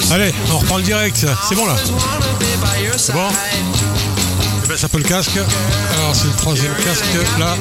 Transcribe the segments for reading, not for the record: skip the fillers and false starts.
Allez, on reprend le direct. C'est bon là? C'est bon? Je baisse un peu le casque. Alors c'est le troisième casque là.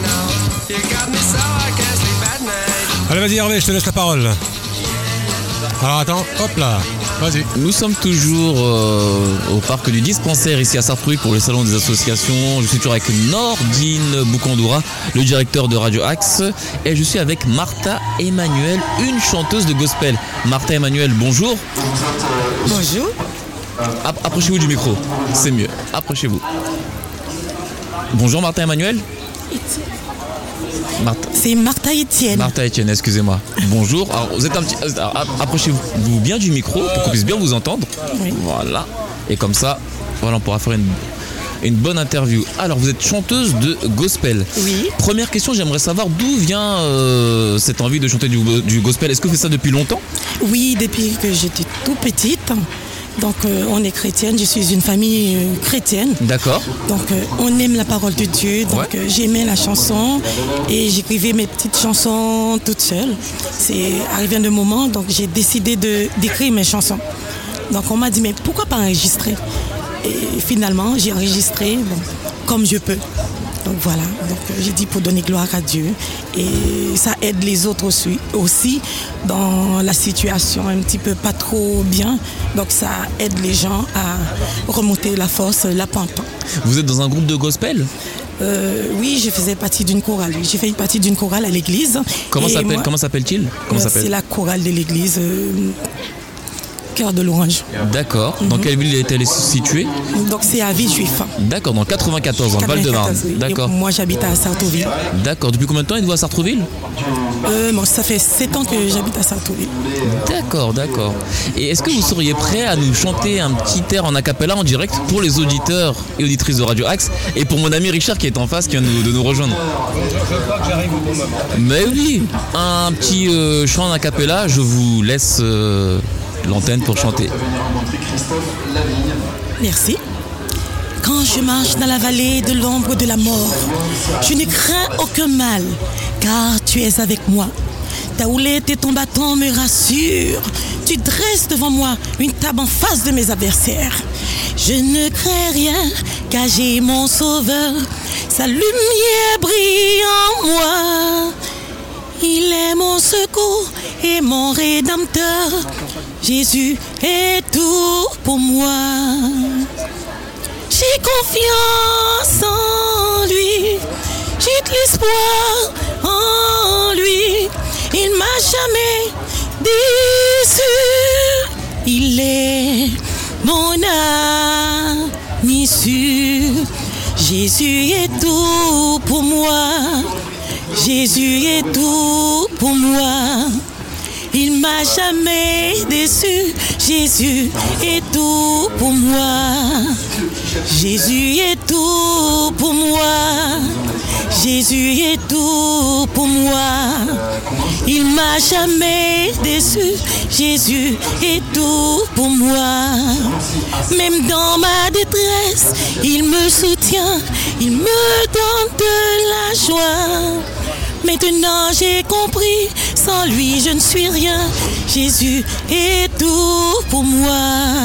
Allez, vas-y Hervé, je te laisse la parole. Alors attends, hop là, vas-y. Nous sommes toujours au parc du dispensaire ici à Sartrouville pour le salon des associations. Je suis toujours avec Nordine Boukandoura, le directeur de Radio Axe, et je suis avec Martha Emmanuel, une chanteuse de gospel. Martha Emmanuel, bonjour. Bonjour. Approchez-vous du micro, c'est mieux. Approchez-vous. Bonjour Martha Emmanuel. C'est Martha Etienne. Martha Etienne, excusez-moi. Bonjour. Alors, vous êtes un petit. Approchez-vous bien du micro pour qu'on puisse bien vous entendre. Oui. Voilà. Et comme ça, voilà, on pourra faire une bonne interview. Alors, vous êtes chanteuse de gospel. Oui. Première question, j'aimerais savoir d'où vient cette envie de chanter du gospel. Est-ce que vous faites ça depuis longtemps? Oui, depuis que j'étais tout petite. Donc on est chrétienne, je suis une famille chrétienne. D'accord. Donc on aime la parole de Dieu. Donc Ouais. j'aimais la chanson et j'écrivais mes petites chansons toute seule. C'est arrivé un moment, donc j'ai décidé d'écrire mes chansons. Donc on m'a dit mais pourquoi pas enregistrer? Et finalement j'ai enregistré comme je peux. Donc voilà, donc j'ai dit pour donner gloire à Dieu et ça aide les autres aussi dans la situation un petit peu pas trop bien. Donc ça aide les gens à remonter la force, la pente. Vous êtes dans un groupe de gospel? Oui, je faisais partie d'une chorale. J'ai fait partie d'une chorale à l'église. Comment s'appelle-t-il? C'est la chorale de l'église. Cœur de l'Orange. D'accord. Dans quelle ville est-elle située? Donc c'est à Villejuif. D'accord, dans 94, dans le Val-de-Marne. Oui. D'accord. Et moi j'habite à Sartrouville. D'accord. Depuis combien de temps êtes-vous à Sartrouville? Ça fait 7 ans que j'habite à Sartrouville. D'accord. Et est-ce que vous seriez prêt à nous chanter un petit air en acapella en direct pour les auditeurs et auditrices de Radio Axe et pour mon ami Richard qui est en face, qui vient de nous rejoindre? Mais oui, un petit chant en acapella, je vous laisse l'antenne pour chanter. Merci. Quand je marche dans la vallée de l'ombre de la mort, je ne crains aucun mal, car tu es avec moi. Ta houlette et ton bâton me rassurent. Tu dresses devant moi une table en face de mes adversaires. Je ne crains rien, car j'ai mon sauveur. Sa lumière brille en moi. Il est mon secours et mon rédempteur. Jésus est tout pour moi. J'ai confiance en lui. J'ai de l'espoir en lui. Il m'a jamais déçu. Il est mon ami sûr. Jésus est tout pour moi. Jésus est tout pour moi. Il m'a jamais déçu. Jésus est tout pour moi. Jésus est tout pour moi. Jésus est tout pour moi. Il m'a jamais déçu. Jésus est tout pour moi. Même dans ma détresse, il me soutient. Il me donne de la joie. Maintenant j'ai compris, sans lui je ne suis rien. Jésus est tout pour moi.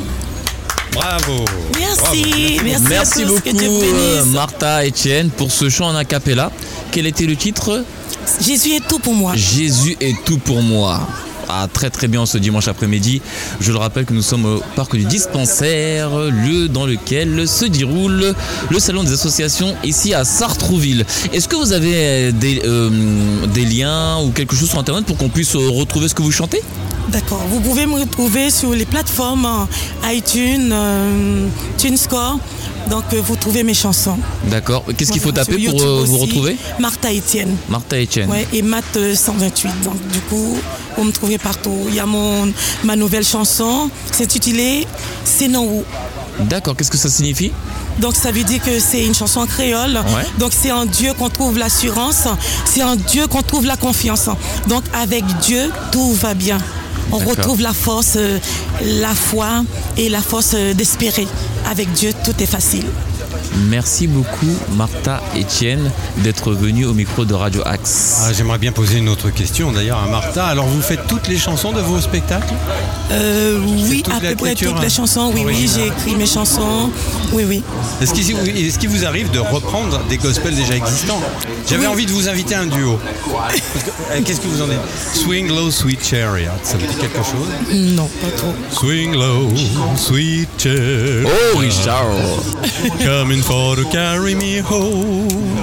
Bravo. Merci, Bravo. Merci à tous, que Dieu beaucoup bénisse. Martha Etienne pour ce chant en acapella. Quel était le titre? Jésus est tout pour moi. Jésus est tout pour moi. Ah, très très bien ce dimanche après-midi. Je le rappelle que nous sommes au parc du dispensaire, lieu dans lequel se déroule le salon des associations ici à Sartrouville. Est-ce que vous avez des liens ou quelque chose sur internet pour qu'on puisse retrouver ce que vous chantez? D'accord. Vous pouvez me retrouver sur les plateformes iTunes, TuneScore. Donc vous trouvez mes chansons. D'accord. Qu'est-ce qu'il faut Voilà, taper sur pour YouTube vous aussi, retrouver? Martha Etienne. Martha Etienne. Ouais, et Matt 128. Donc du coup, vous me trouvez partout. Il y a ma nouvelle chanson, c'est intitulé C'est non où. D'accord. Qu'est-ce que ça signifie? Donc ça veut dire que c'est une chanson en créole. Ouais. Donc c'est en Dieu qu'on trouve l'assurance, c'est en Dieu qu'on trouve la confiance. Donc avec Dieu, tout va bien. On D'accord. retrouve la force, la foi et la force d'espérer. Avec Dieu, tout est facile. Merci beaucoup Martha Etienne d'être venue au micro de Radio Axe. Ah, j'aimerais bien poser une autre question d'ailleurs à Martha. Alors vous faites toutes les chansons de vos spectacles ? Oui, toute à peu près l'écriture, toutes les chansons. Oui, originale. j'ai écrit mes chansons. Oui. Est-ce qu'il vous arrive de reprendre des gospels déjà existants ? J'avais envie de vous inviter à un duo. Qu'est-ce que vous en dites ? Swing Low Sweet Chariot, ça vous dit quelque chose ? Non, pas trop. Swing low, sweet chariot. Oh Richard. Coming for to carry me home.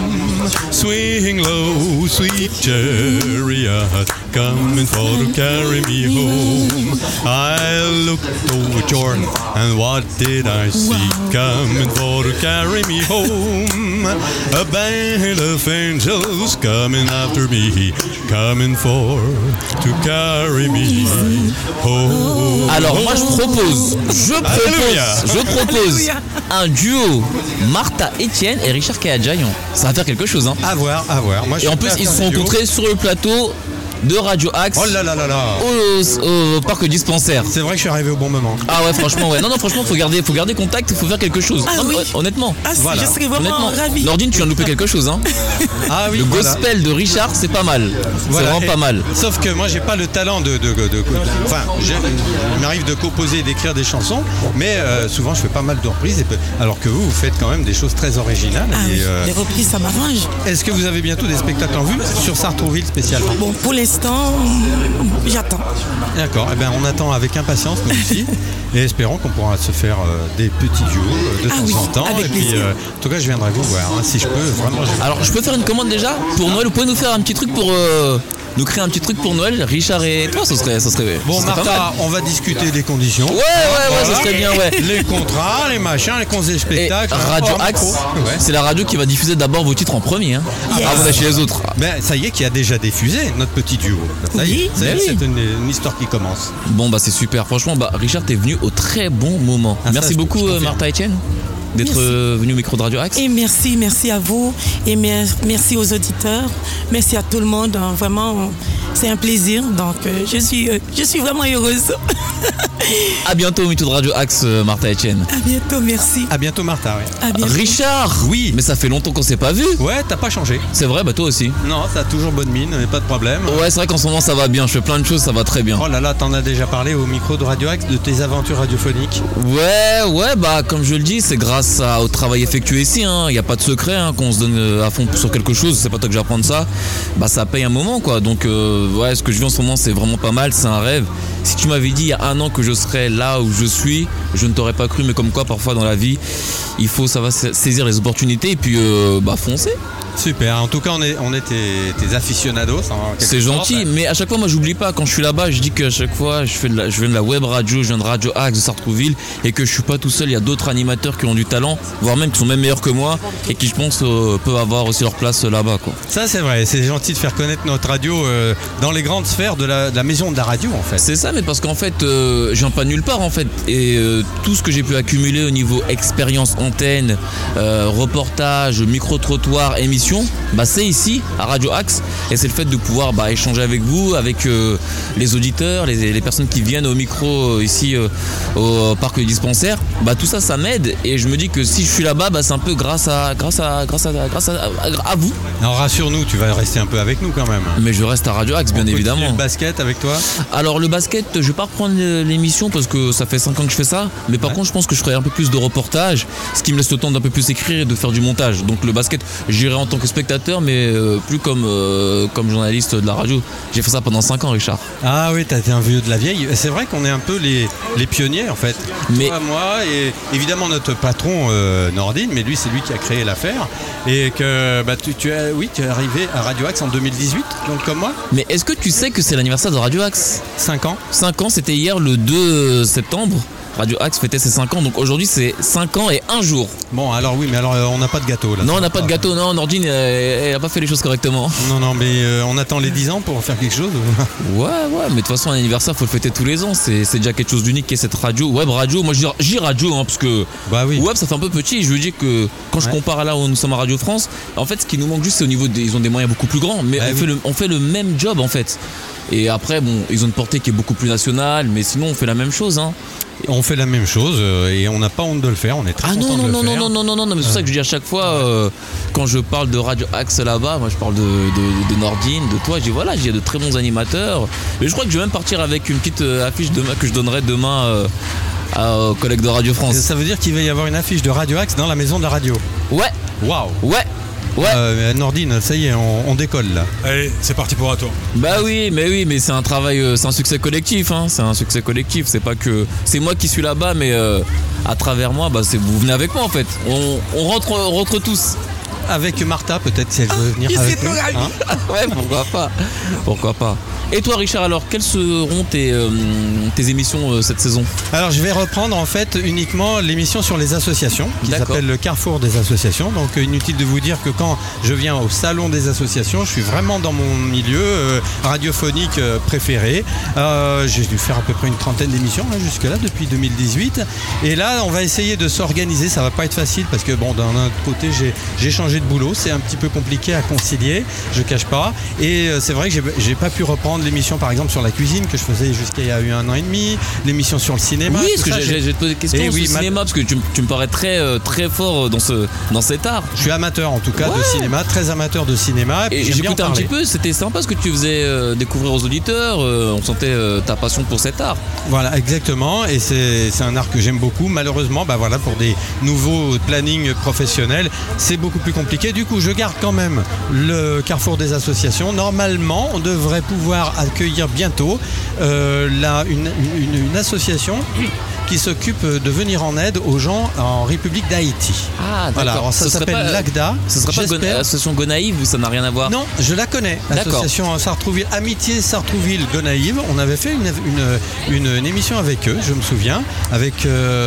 Swing low, sweet chariot. Coming for to carry me home. I looked over Jordan, and what did I see? Coming for to carry me home. A band of angels coming after me. Coming for to carry me home. Alors moi je propose Alléluia. un duo Martha Etienne et Richard Kayadjayan. Ça va faire quelque chose, hein. À voir. Moi, je Et en suis plus prêt à ils se faire sont un duo. rencontrés sur le plateau de Radio Axe Oh là là là là. au parc dispensaire. C'est vrai que je suis arrivé au bon moment. Ah ouais franchement ouais. Non franchement faut garder contact, faut faire quelque chose. Ah Non, oui. Honnêtement. Ah, Voilà. je serais vraiment ravie. Nordine tu viens de louper quelque chose hein. Ah oui, Le voilà. gospel de Richard c'est pas mal. Voilà. C'est vraiment Et- pas mal. Sauf que moi, j'ai pas le talent il m'arrive de composer et d'écrire des chansons, mais souvent, je fais pas mal de reprises. Alors que vous faites quand même des choses très originales. Ah Et, oui, les reprises, ça m'arrange. est-ce que vous avez bientôt des spectacles en vue sur Sartrouville spécialement ? Bon, pour l'instant, j'attends. D'accord. Eh bien, on attend avec impatience nous aussi, et espérons qu'on pourra se faire des petits duos de Ah temps oui, en temps. avec Et puis, plaisir. en tout cas, je viendrai vous voir hein, si je peux. Vraiment. Alors je peux faire une commande déjà pour Noël. Vous pouvez nous faire un petit truc pour nous créer un petit truc pour Noël, Richard et toi, ça serait Bon, pas mal. Martha, on va discuter des conditions. Ouais, Voilà. ça serait bien, ouais. Les contrats, les machins, les conseils Et spectacles. Radio Oh, Axe, ouais. c'est la radio qui va diffuser d'abord vos titres en premier, hein, Yes. avant d'acheter les autres. Ben, ça y est, qui a déjà diffusé notre petit duo. Ça y est, Oui, c'est oui. c'est une histoire qui commence. Bon bah c'est super, franchement, bah Richard t'es venu au très bon moment. Ah, ça, Merci je beaucoup confirme. Martha Etienne d'être Merci. venu au micro de Radio Axe. Et merci à vous. Et merci aux auditeurs. Merci à tout le monde. Vraiment, c'est un plaisir. Donc, je suis vraiment heureuse. À bientôt au micro de Radio Axe, Martha Etienne. À bientôt, merci. À bientôt, Martha. Ouais, À bientôt. Richard. Oui. Mais ça fait longtemps qu'on s'est pas vu. ouais, t'as pas changé. C'est vrai, bah toi aussi. Non, t'as toujours bonne mine, pas de problème. Ouais, c'est vrai qu'en ce moment ça va bien, je fais plein de choses, ça va très bien. Oh là là, t'en as déjà parlé au micro de Radio Axe de tes aventures radiophoniques. Ouais, bah comme je le dis, c'est grâce au travail effectué ici, il n'y a pas de secret, qu'on se donne à fond sur quelque chose, c'est pas toi que j'apprends ça, bah ça paye un moment quoi, donc ouais, ce que je vis en ce moment c'est vraiment pas mal, c'est un rêve. Si tu m'avais dit il y a un an que je serais là où je suis, je ne t'aurais pas cru, mais comme quoi parfois dans la vie, il faut savoir saisir les opportunités et puis bah foncer. Super, en tout cas on est tes aficionados. C'est gentil, mais à chaque fois moi j'oublie pas, quand je suis là-bas je dis qu'à chaque fois je viens de la web radio, je viens de Radio Axe de Sartrouville et que je suis pas tout seul, il y a d'autres animateurs qui ont du talent, voire même qui sont même meilleurs que moi et qui je pense peuvent avoir aussi leur place là-bas quoi. Ça c'est vrai, c'est gentil de faire connaître notre radio dans les grandes sphères de la maison de la radio en fait. C'est ça, mais parce qu'en fait je viens pas de nulle part en fait et tout ce que j'ai pu accumuler au niveau expérience antenne, reportage, micro-trottoir, émission, bah c'est ici à Radio Axe et c'est le fait de pouvoir échanger avec vous, avec les auditeurs, les personnes qui viennent au micro ici au parc dispensaire, bah tout ça ça m'aide et je me dis que si je suis là-bas, c'est un peu grâce à vous. Alors rassure-nous, tu vas rester un peu avec nous quand même. Mais je reste à Radio Axe bien On continue évidemment. le basket avec toi. Alors le basket, je vais pas reprendre l'émission parce que ça fait 5 ans que je fais ça, mais par contre je pense que je ferai un peu plus de reportage, ce qui me laisse le temps d'un peu plus écrire et de faire du montage. Donc le basket, j'irai en tant que spectateur, mais plus comme journaliste de la radio. J'ai fait ça pendant 5 ans, Richard. Ah oui, t'as été un vieux de la vieille. C'est vrai qu'on est un peu les pionniers en fait. Mais- Toi, moi et évidemment notre patron Nordine, mais lui c'est lui qui a créé l'affaire. Et que tu es arrivé à Radio Axe en 2018, donc comme moi, Mais est-ce que tu sais que c'est l'anniversaire de Radio Axe ? 5 ans. 5 ans, c'était hier le 2 septembre. Radio Axe fêtait ses 5 ans, donc aujourd'hui c'est 5 ans et 1 jour. Bon alors oui, mais alors on n'a pas de gâteau là. Non, on n'a pas de gâteau, non, Nordine, elle a pas fait les choses correctement. Non, mais on attend les 10 ans pour faire quelque chose. Ouais, mais de toute façon, un anniversaire, faut le fêter tous les ans. C'est déjà quelque chose d'unique qu'est cette radio, web radio. Moi, je dis radio, parce que Bah oui. web, ça fait un peu petit. Je veux dire que quand je compare à là où nous sommes à Radio France, en fait, ce qui nous manque juste, c'est au niveau ils ont des moyens beaucoup plus grands, mais Ah oui. on fait le même job, en fait. Et après, bon, ils ont une portée qui est beaucoup plus nationale, mais sinon, on fait la même chose, on fait la même chose et on n'a pas honte de le faire. On est très content de le faire. Non, mais c'est pour ça que je dis à chaque fois, quand je parle de Radio Axe là-bas, moi je parle de Nordine, de toi, je dis voilà, il y a de très bons animateurs. Et je crois que je vais même partir avec une petite affiche que je donnerai demain aux collègues de Radio France. Ça veut dire qu'il va y avoir une affiche de Radio Axe dans la maison de la radio. Ouais. Waouh. Ouais. Nordine, ça y est, on décolle là. Allez, c'est parti pour un tour. Bah oui, mais c'est un travail, c'est un succès collectif, hein. C'est un succès collectif. C'est pas que c'est moi qui suis là-bas, mais à travers moi, bah vous venez avec moi en fait. On rentre tous. Avec Martha, peut-être si elle veut venir avec nous. Hein Ouais, pourquoi pas. Et toi, Richard, alors quelles seront tes émissions cette saison? Alors, je vais reprendre en fait uniquement l'émission sur les associations qui s'appelle le Carrefour des associations. Donc, inutile de vous dire que quand je viens au salon des associations, je suis vraiment dans mon milieu radiophonique préféré. J'ai dû faire à peu près une trentaine d'émissions jusque-là depuis 2018. Et là, on va essayer de s'organiser. Ça va pas être facile parce que bon, d'un autre côté, j'ai changé de boulot. C'est un petit peu compliqué à concilier. Je cache pas. Et c'est vrai que j'ai pas pu reprendre l'émission par exemple sur la cuisine que je faisais jusqu'à il y a eu 1 an et demi, l'émission sur le cinéma. Oui, parce que j'ai te posé des questions sur le cinéma parce que tu me parais très fort dans cet art. Je suis amateur en tout cas de cinéma, très amateur de cinéma. Et j'écoutais un petit peu, c'était sympa ce que tu faisais découvrir aux auditeurs. On sentait ta passion pour cet art. Voilà, exactement. Et c'est un art que j'aime beaucoup. Malheureusement, pour des nouveaux plannings professionnels, c'est beaucoup plus compliqué. Du coup, je garde quand même le Carrefour des associations. Normalement, on devrait pouvoir accueillir bientôt une association qui s'occupe de venir en aide aux gens en République d'Haïti. Ah, d'accord. Voilà, alors ça s'appelle l'ACDA. Ce ne sera pas l'association Gonaïve ou ça n'a rien à voir? Non, je la connais. L'association Sartrouville, Amitié Sartrouville Gonaïve. On avait fait une émission avec eux, je me souviens, avec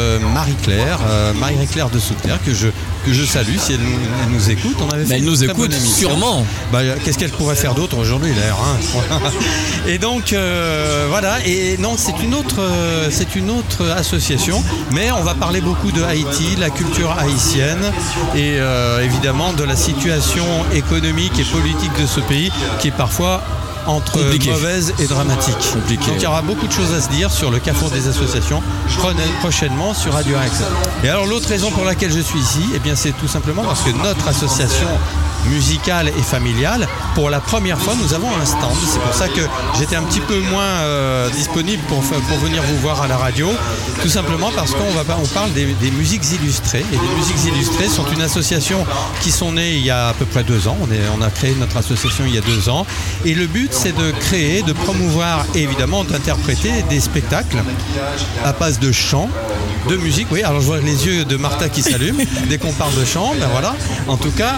Marie-Claire de Souterre, que je salue si elle nous écoute. On avait fait elle nous écoute sûrement. Qu'est-ce qu'elle pourrait faire d'autre aujourd'hui d'ailleurs, hein. Et donc voilà. Et non, c'est une autre association, mais on va parler beaucoup de Haïti, la culture haïtienne et évidemment de la situation économique et politique de ce pays qui est parfois entre mauvaise et dramatique. Donc il y aura beaucoup de choses à se dire sur le Carrefour des associations prochainement sur Radio Axe. Et alors l'autre raison pour laquelle je suis ici, c'est tout simplement parce que notre association musicale et familiale, pour la première fois, nous avons un stand. C'est pour ça que j'étais un petit peu moins disponible pour venir vous voir à la radio, tout simplement parce qu'on parle des musiques illustrées. Et les musiques illustrées sont une association qui sont nées il y a à peu près 2 ans. On a créé notre association il y a 2 ans. Et le but, c'est de créer, de promouvoir et évidemment d'interpréter des spectacles à base de chant, de musique. Oui, alors je vois les yeux de Martha qui s'allument dès qu'on parle de chant. Voilà, en tout cas.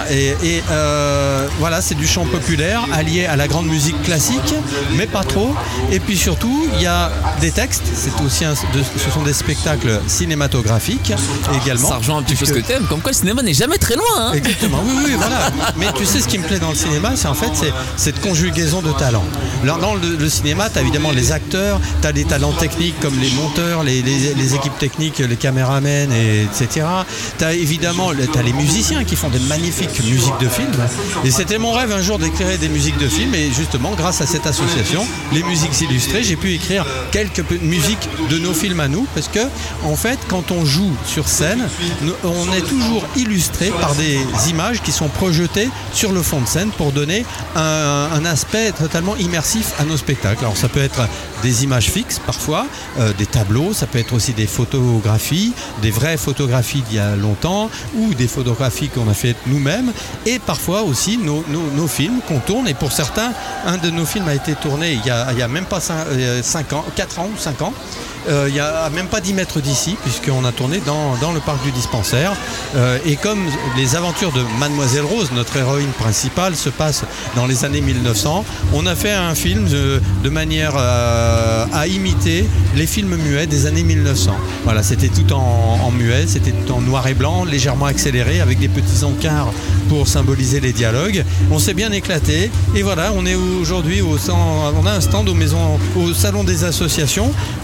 Voilà, c'est du chant populaire allié à la grande musique classique, mais pas trop. Et puis surtout, il y a des textes. Ce sont des spectacles cinématographiques également. Ça rejoint un petit peu ce que t'aimes. Comme quoi, le cinéma n'est jamais très loin. Hein. Exactement. Oui, voilà. Mais tu sais, ce qui me plaît dans le cinéma, c'est cette conjugaison de talents. Dans le cinéma, tu as évidemment les acteurs, tu as des talents techniques comme les monteurs, les équipes techniques, les caméramens, etc. Tu as évidemment les musiciens qui font des magnifiques musiques de films. Et c'était mon rêve un jour d'écrire des musiques de films. Et justement, grâce à cette association, les musiques illustrées, j'ai pu écrire quelques musiques de nos films à nous. Parce que, en fait, quand on joue sur scène, on est toujours illustré par des images qui sont projetées sur le fond de scène pour donner un aspect totalement immersif à nos spectacles. Alors ça peut être des images fixes parfois, des tableaux, ça peut être aussi des photographies, des vraies photographies d'il y a longtemps ou des photographies qu'on a faites nous-mêmes et parfois aussi nos films qu'on tourne. Et pour certains, un de nos films a été tourné il y a même pas 4 ans ou 5 ans. Il n'y a même pas 10 mètres d'ici puisqu'on a tourné dans le parc du Dispensaire et comme les aventures de Mademoiselle Rose, notre héroïne principale, se passent dans les années 1900, on a fait un film de manière à imiter les films muets des années 1900. Voilà, c'était tout en muet, c'était tout en noir et blanc, légèrement accéléré avec des petits encarts pour symboliser les dialogues. On s'est bien éclaté et voilà, on est aujourd'hui on a un stand au salon des associations pour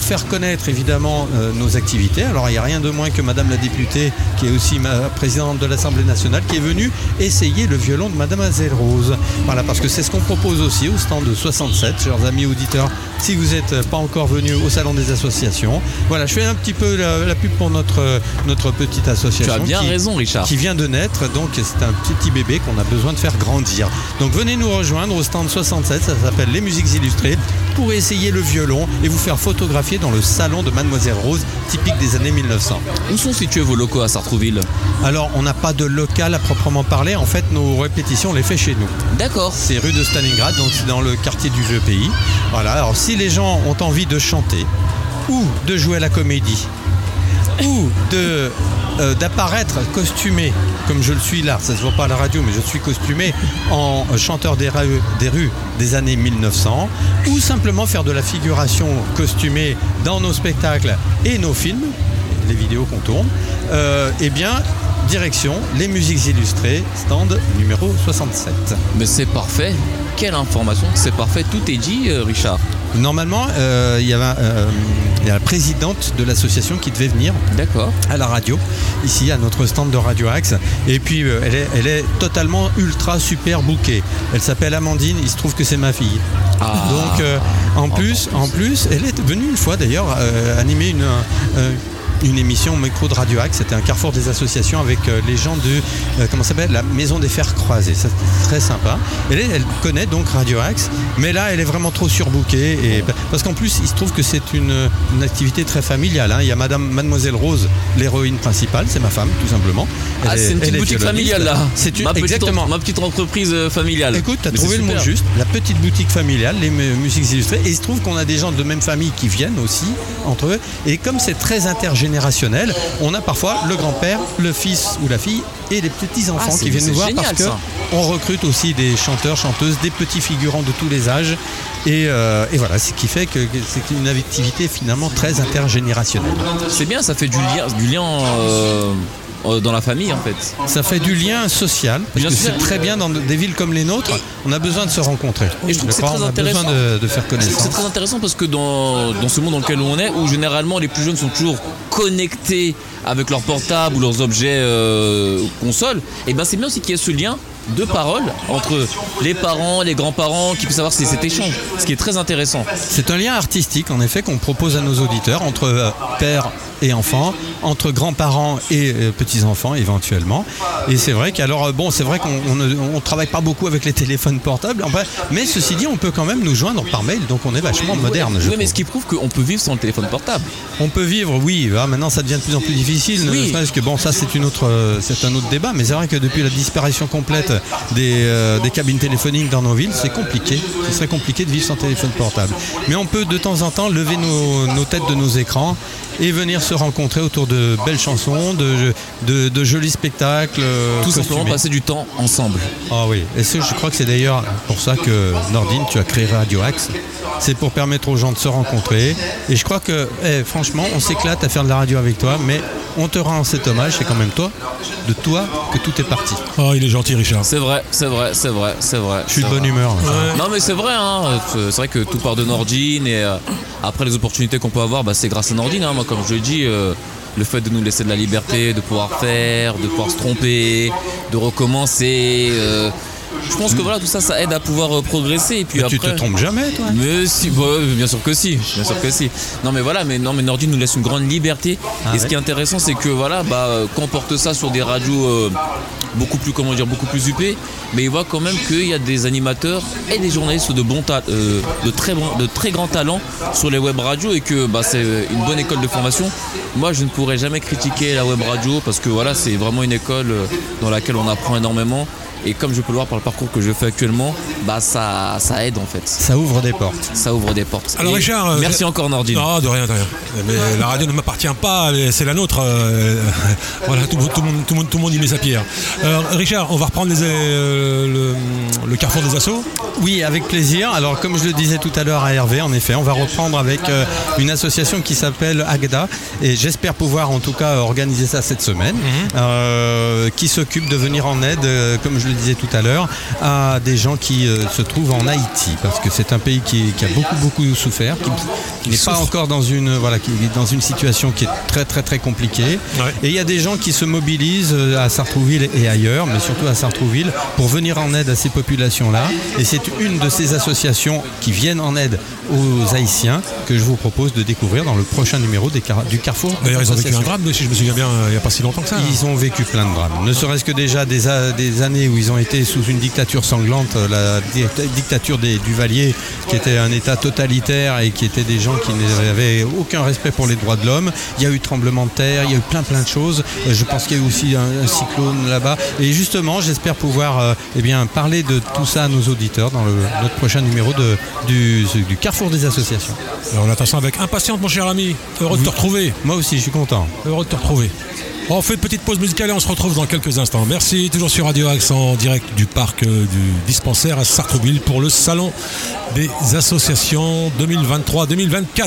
faire connaître évidemment nos activités. Alors il n'y a rien de moins que Madame la députée, qui est aussi ma présidente de l'Assemblée nationale, qui est venue essayer le violon de Mademoiselle Rose. Voilà, parce que c'est ce qu'on propose aussi au stand de 67, chers amis auditeurs, si vous n'êtes pas encore venus au Salon des associations. Voilà, je fais un petit peu la pub pour notre petite association. Tu as bien raison, Richard. Qui vient de naître, donc c'est un petit bébé qu'on a besoin de faire grandir. Donc venez nous rejoindre au stand 67, ça s'appelle Les Musiques Illustrées, pour essayer le violon et vous faire photographier dans le salon de Mademoiselle Rose, typique des années 1900. Où sont situés vos locaux à Sartrouville? Alors, on n'a pas de local à proprement parler. En fait, nos répétitions, on les fait chez nous. D'accord. C'est rue de Stalingrad, donc c'est dans le quartier du Vieux Pays. Voilà, alors si les gens ont envie de chanter ou de jouer à la comédie ou d'apparaître costumé, comme je le suis là, ça se voit pas à la radio, mais je suis costumé en chanteur des rues des années 1900, ou simplement faire de la figuration costumée dans nos spectacles et nos films, les vidéos qu'on tourne, eh bien, direction Les Musiques Illustrées, stand numéro 67. Mais c'est parfait. Quelle information, c'est parfait. Tout est dit, Richard. Normalement, il y a la présidente de l'association qui devait venir. D'accord. À la radio, ici à notre stand de Radio Axe. Et puis elle est totalement ultra super bookée. Elle s'appelle Amandine, il se trouve que c'est ma fille. Ah. Donc en plus, elle est venue une fois d'ailleurs animer une émission micro de Radio Axe. C'était un carrefour des associations avec les gens de comment ça s'appelle, la Maison des Fers Croisés. C'est très sympa. Elle connaît donc Radio Axe, mais là elle est vraiment trop surbookée, et parce qu'en plus il se trouve que c'est une activité très familiale, hein. Il y a Mademoiselle Rose, l'héroïne principale, c'est ma femme tout simplement. C'est une petite boutique familiale là. Exactement. Ma petite entreprise familiale. Écoute, t'as trouvé le mot juste, la petite boutique familiale, les musiques illustrées, et il se trouve qu'on a des gens de même famille qui viennent aussi entre eux, et comme c'est très intergénérationnel, on a parfois le grand-père, le fils ou la fille et les petits-enfants qui viennent nous voir, parce qu'on recrute aussi des chanteurs, chanteuses, des petits figurants de tous les âges, et voilà, ce qui fait que c'est une activité finalement très intergénérationnelle. C'est bien, ça fait du lien dans la famille en fait. Ça fait du lien social, parce que c'est très bien dans des villes comme les nôtres, on a besoin de se rencontrer. Et je trouve que c'est très intéressant. On a besoin de faire connaissance. C'est très intéressant parce que dans ce monde dans lequel on est, où généralement les plus jeunes sont toujours connectés avec leurs portables ou leurs objets consoles, et ben c'est bien aussi qu'il y ait ce lien de parole entre les parents, les grands-parents, qui puissent avoir cet échange, ce qui est très intéressant. C'est un lien artistique en effet qu'on propose à nos auditeurs, entre père et enfants, entre grands-parents et petits-enfants éventuellement. Et c'est vrai c'est vrai qu'on ne travaille pas beaucoup avec les téléphones portables, mais ceci dit, on peut quand même nous joindre par mail, donc on est vachement moderne. Oui, mais ce qui prouve qu'on peut vivre sans le téléphone portable. On peut vivre, oui. Maintenant, ça devient de plus en plus difficile. Oui. Parce que ça, c'est un autre débat. Mais c'est vrai que depuis la disparition complète des cabines téléphoniques dans nos villes, c'est compliqué. Ce serait compliqué de vivre sans téléphone portable. Mais on peut de temps en temps lever nos têtes de nos écrans et venir se rencontrer autour de belles chansons, de jolis spectacles. Tout simplement passer du temps ensemble. Ah oui, et je crois que c'est d'ailleurs pour ça que Nordine, tu as créé Radio Axe. C'est pour permettre aux gens de se rencontrer. Et je crois que, franchement, on s'éclate à faire de la radio avec toi, mais on te rend cet hommage, c'est quand même de toi que tout est parti. Oh, il est gentil, Richard. C'est vrai. Je suis de bonne humeur. Ouais. Non, mais c'est vrai, hein. C'est vrai que tout part de Nordine, et après les opportunités qu'on peut avoir, c'est grâce à Nordine, hein. Moi, comme je le dis, le fait de nous laisser de la liberté, de pouvoir faire, de pouvoir se tromper, de recommencer. Je pense que voilà, tout ça, ça aide à pouvoir progresser. Et puis mais après, tu te trompes jamais, toi? Mais si, bien sûr que si. Non mais voilà, mais Nordine nous laisse une grande liberté. Ce qui est intéressant, c'est que voilà, quand on porte ça sur des radios beaucoup plus huppées, mais il voit quand même qu'il y a des animateurs et des journalistes de très grands talents sur les web radios, et que c'est une bonne école de formation. Moi, je ne pourrais jamais critiquer la web radio, parce que voilà, c'est vraiment une école dans laquelle on apprend énormément. Et comme je peux le voir par le parcours que je fais actuellement, ça aide en fait. Ça ouvre des portes. Alors Richard, merci encore Nordine. Non, de rien. Mais la radio ne m'appartient pas, c'est la nôtre. Voilà, tout le monde y met sa pierre. Richard, on va reprendre le carrefour des assos. Oui, avec plaisir. Alors comme je le disais tout à l'heure à Hervé, en effet, on va reprendre avec une association qui s'appelle Agda, et j'espère pouvoir en tout cas organiser ça cette semaine, qui s'occupe de venir en aide, comme je le disais tout à l'heure, à des gens qui se trouvent en Haïti, parce que c'est un pays qui a beaucoup souffert, qui n'est pas encore dans qui est dans une situation qui est très très très compliquée. Ouais. Et il y a des gens qui se mobilisent à Sartrouville et ailleurs, mais surtout à Sartrouville, pour venir en aide à ces populations-là. Et c'est une de ces associations qui viennent en aide aux Haïtiens que je vous propose de découvrir dans le prochain numéro du Carrefour. D'ailleurs, ils ont vécu un drame, si je me souviens bien, il n'y a pas si longtemps que ça. Ils ont vécu plein de drames. Ne serait-ce que déjà des années où ils ont été sous une dictature sanglante, la dictature des Duvalier, qui était un État totalitaire et qui étaient des gens qui n'avaient aucun respect pour les droits de l'homme. Il y a eu tremblement de terre, il y a eu plein de choses. Je pense qu'il y a eu aussi un cyclone là-bas. Et justement, j'espère pouvoir parler de tout ça à nos auditeurs dans notre prochain numéro du Carrefour des associations. Alors, on attend ça avec impatience, mon cher ami. Heureux de te retrouver. Moi aussi, je suis content. Heureux de te retrouver. On fait une petite pause musicale et on se retrouve dans quelques instants. Merci, toujours sur Radio Axe en direct du parc du dispensaire à Sartrouville pour le salon des associations 2023-2024.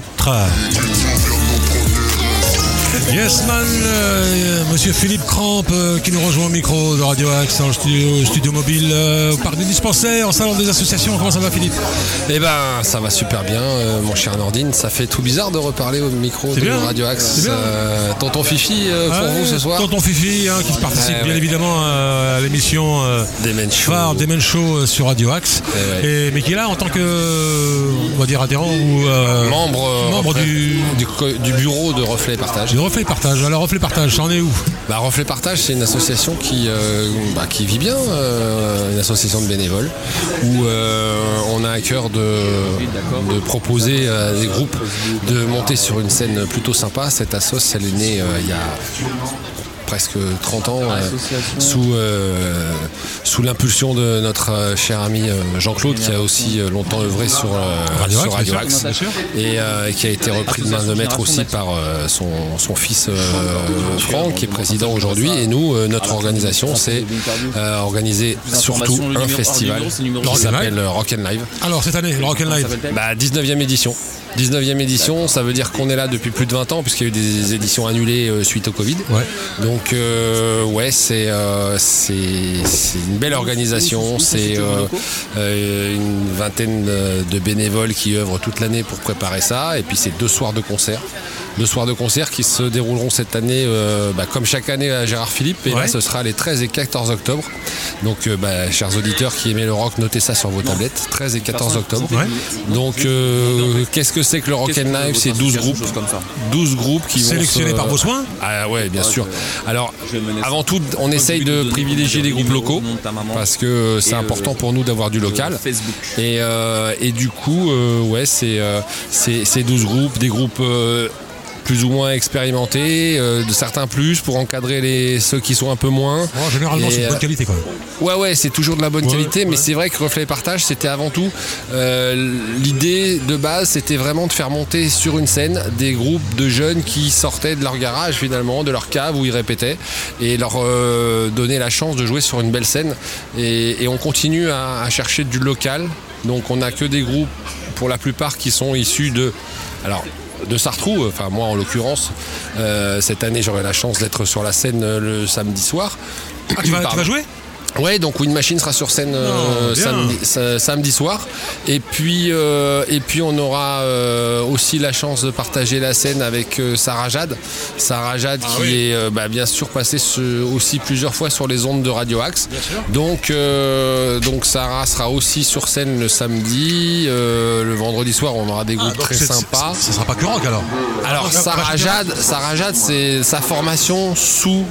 Yes man, monsieur Philippe Crampe qui nous rejoint au micro de Radio Axe en studio mobile au parc du dispensaire, au salon des associations. Comment ça va, Philippe? Eh ben ça va super bien, mon cher Nordine. Ça fait tout bizarre de reparler au micro de Radio Axe. Tonton Fifi pour vous ce soir. Tonton Fifi qui participe bien évidemment à l'émission phare des Men Show sur Radio Axe, mais qui est là en tant que, on va dire, adhérent ou membre du bureau de Reflet Partage. Reflet Partage. Alors Reflet Partage, ça en est où? Reflet Partage, c'est une association qui vit bien, une association de bénévoles où on a à cœur de proposer à des groupes de monter sur une scène plutôt sympa. Cette assoce, elle est née il y a presque 30 ans sous l'impulsion de notre cher ami Jean-Claude, qui a aussi longtemps œuvré sur Radio Axe et qui a été repris de main de maître aussi par son fils Franck, qui est président aujourd'hui. Et nous, notre organisation, c'est organiser surtout un festival qui s'appelle Rock and Live. Alors cette année, le Rock and Live 19e édition. 19e édition, ça veut dire qu'on est là depuis plus de 20 ans, puisqu'il y a eu des éditions annulées suite au Covid. Ouais. Donc c'est une belle organisation, c'est une vingtaine de bénévoles qui œuvrent toute l'année pour préparer ça, et puis c'est 2 soirs de concert. 2 soirs de concert qui se dérouleront cette année comme chaque année à Gérard Philippe, et là ce sera les 13 et 14 octobre. Donc chers auditeurs qui aimez le rock, notez ça sur vos tablettes, 13 et 14 octobre. Donc qu'est-ce que c'est que le Rock and Live? C'est 12 groupes. 12 groupes qui vont sélectionnés par vos soins? Ah ouais, bien sûr. Alors avant tout, on essaye de privilégier les groupes locaux parce que c'est important pour nous d'avoir du local. Et du coup c'est 12 groupes, des groupes plus ou moins expérimentés, de certains plus pour encadrer ceux qui sont un peu moins. Généralement c'est de bonne qualité quand même. Ouais, c'est toujours de la bonne qualité, mais c'est vrai que Reflet Partage, c'était avant tout l'idée de base, c'était vraiment de faire monter sur une scène des groupes de jeunes qui sortaient de leur garage finalement, de leur cave où ils répétaient, et leur donner la chance de jouer sur une belle scène. Et on continue à chercher du local, donc on n'a que des groupes pour la plupart qui sont issus de Sartrouville, enfin moi en l'occurrence, cette année j'aurai la chance d'être sur la scène le samedi soir. Ah, tu vas jouer ? Ouais, donc Wind Machine sera sur scène samedi soir, et puis on aura aussi la chance de partager la scène avec Sarah Jade qui est bien sûr passée aussi plusieurs fois sur les ondes de Radio Axe. Donc Sarah sera aussi sur scène le samedi. Le vendredi soir on aura des groupes très sympas. Ça sera pas que rock alors. Alors Sarah Jade, c'est sa formation sous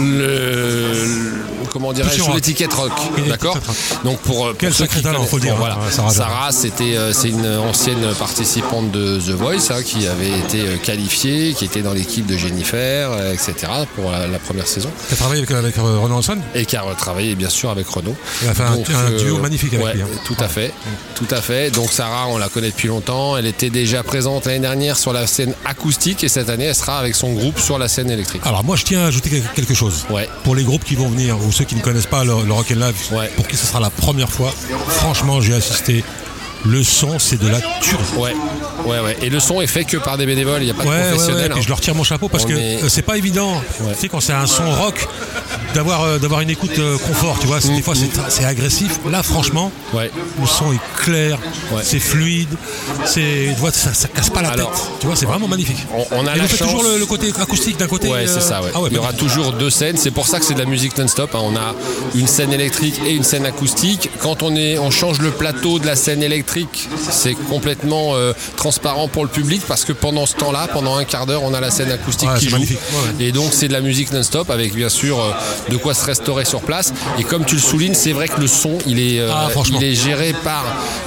sous l'étiquette rock, d'accord. Donc pour ceux qui talent, faut le dire. Voilà. Sarah, c'est une ancienne participante de The Voice qui avait été qualifiée, qui était dans l'équipe de Jennifer, etc. pour la première saison. Qui a travaillé avec Renaud Hanson. Et qui a travaillé bien sûr avec Renaud. Il a fait un duo magnifique avec lui. Tout à fait. Donc Sarah, on la connaît depuis longtemps. Elle était déjà présente l'année dernière sur la scène acoustique, et cette année, elle sera avec son groupe sur la scène électrique. Alors moi, je tiens à ajouter quelque chose. Pour les groupes qui vont venir, ou ceux qui ne connaissent pas le Rock and Live, pour qui ce sera la première fois, franchement j'ai assisté, le son c'est de la tuerie. Ouais. Et le son est fait que par des bénévoles, il n'y a pas de professionnels. Et je leur tire mon chapeau parce que c'est pas évident. Tu sais, quand c'est un son rock, d'avoir une écoute confort, tu vois. Des fois, c'est agressif. Là, franchement, le son est clair, c'est fluide, tu vois, ça casse pas la tête. Tu vois, c'est vraiment magnifique. On a et la vous faites chance. toujours le côté acoustique d'un côté. Ouais, c'est ça. Il y aura toujours 2 scènes. C'est pour ça que c'est de la musique non-stop. On a une scène électrique et une scène acoustique. Quand on change le plateau de la scène électrique, c'est complètement transparent pour le public parce que pendant ce temps-là, pendant un quart d'heure, on a la scène acoustique qui joue. Et donc c'est de la musique non-stop avec bien sûr de quoi se restaurer sur place. Et comme tu le soulignes, c'est vrai que le son, il est géré par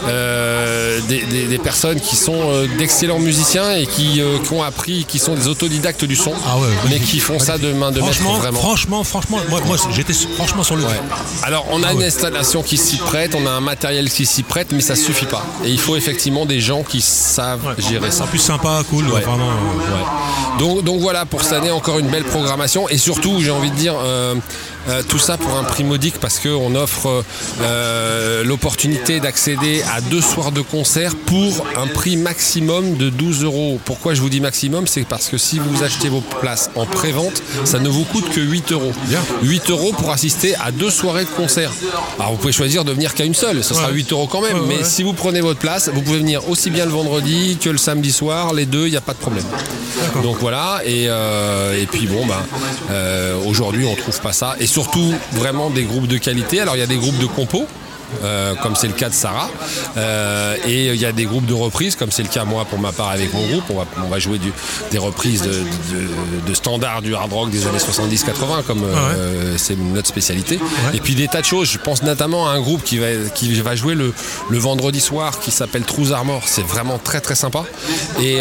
des personnes qui sont d'excellents musiciens et qui ont appris, qui sont des autodidactes du son, mais qui font ça de main de maître vraiment. Franchement, moi j'étais franchement sur le coup. Alors on a une installation qui s'y prête, on a un matériel qui s'y prête, mais ça suffit pas. Et il faut effectivement des gens qui savent gérer ça. En plus sympa, cool, vraiment. Donc voilà, pour cette année encore une belle programmation et surtout j'ai envie de dire tout ça pour un prix modique parce qu'on offre l'opportunité d'accéder à 2 soirs de concert pour un prix maximum de 12 €. Pourquoi je vous dis maximum? C'est parce que si vous achetez vos places en pré-vente, ça ne vous coûte que 8 €. 8 € pour assister à 2 soirées de concert. Alors vous pouvez choisir de venir qu'à une seule, ce sera 8 € quand même, mais si vous prenez votre place, vous pouvez venir aussi bien le vendredi que le samedi soir, les deux, il n'y a pas de problème. Donc voilà, et puis bon, aujourd'hui on trouve pas ça. Et surtout vraiment des groupes de qualité. Alors il y a des groupes de compos comme c'est le cas de Sarah et il y a des groupes de reprises comme c'est le cas moi pour ma part avec mon groupe. On va jouer des reprises de standards du hard rock des années 70-80 comme c'est notre spécialité. Et puis des tas de choses. Je pense notamment à un groupe qui va jouer le vendredi soir qui s'appelle True Armor. C'est vraiment très très sympa. Et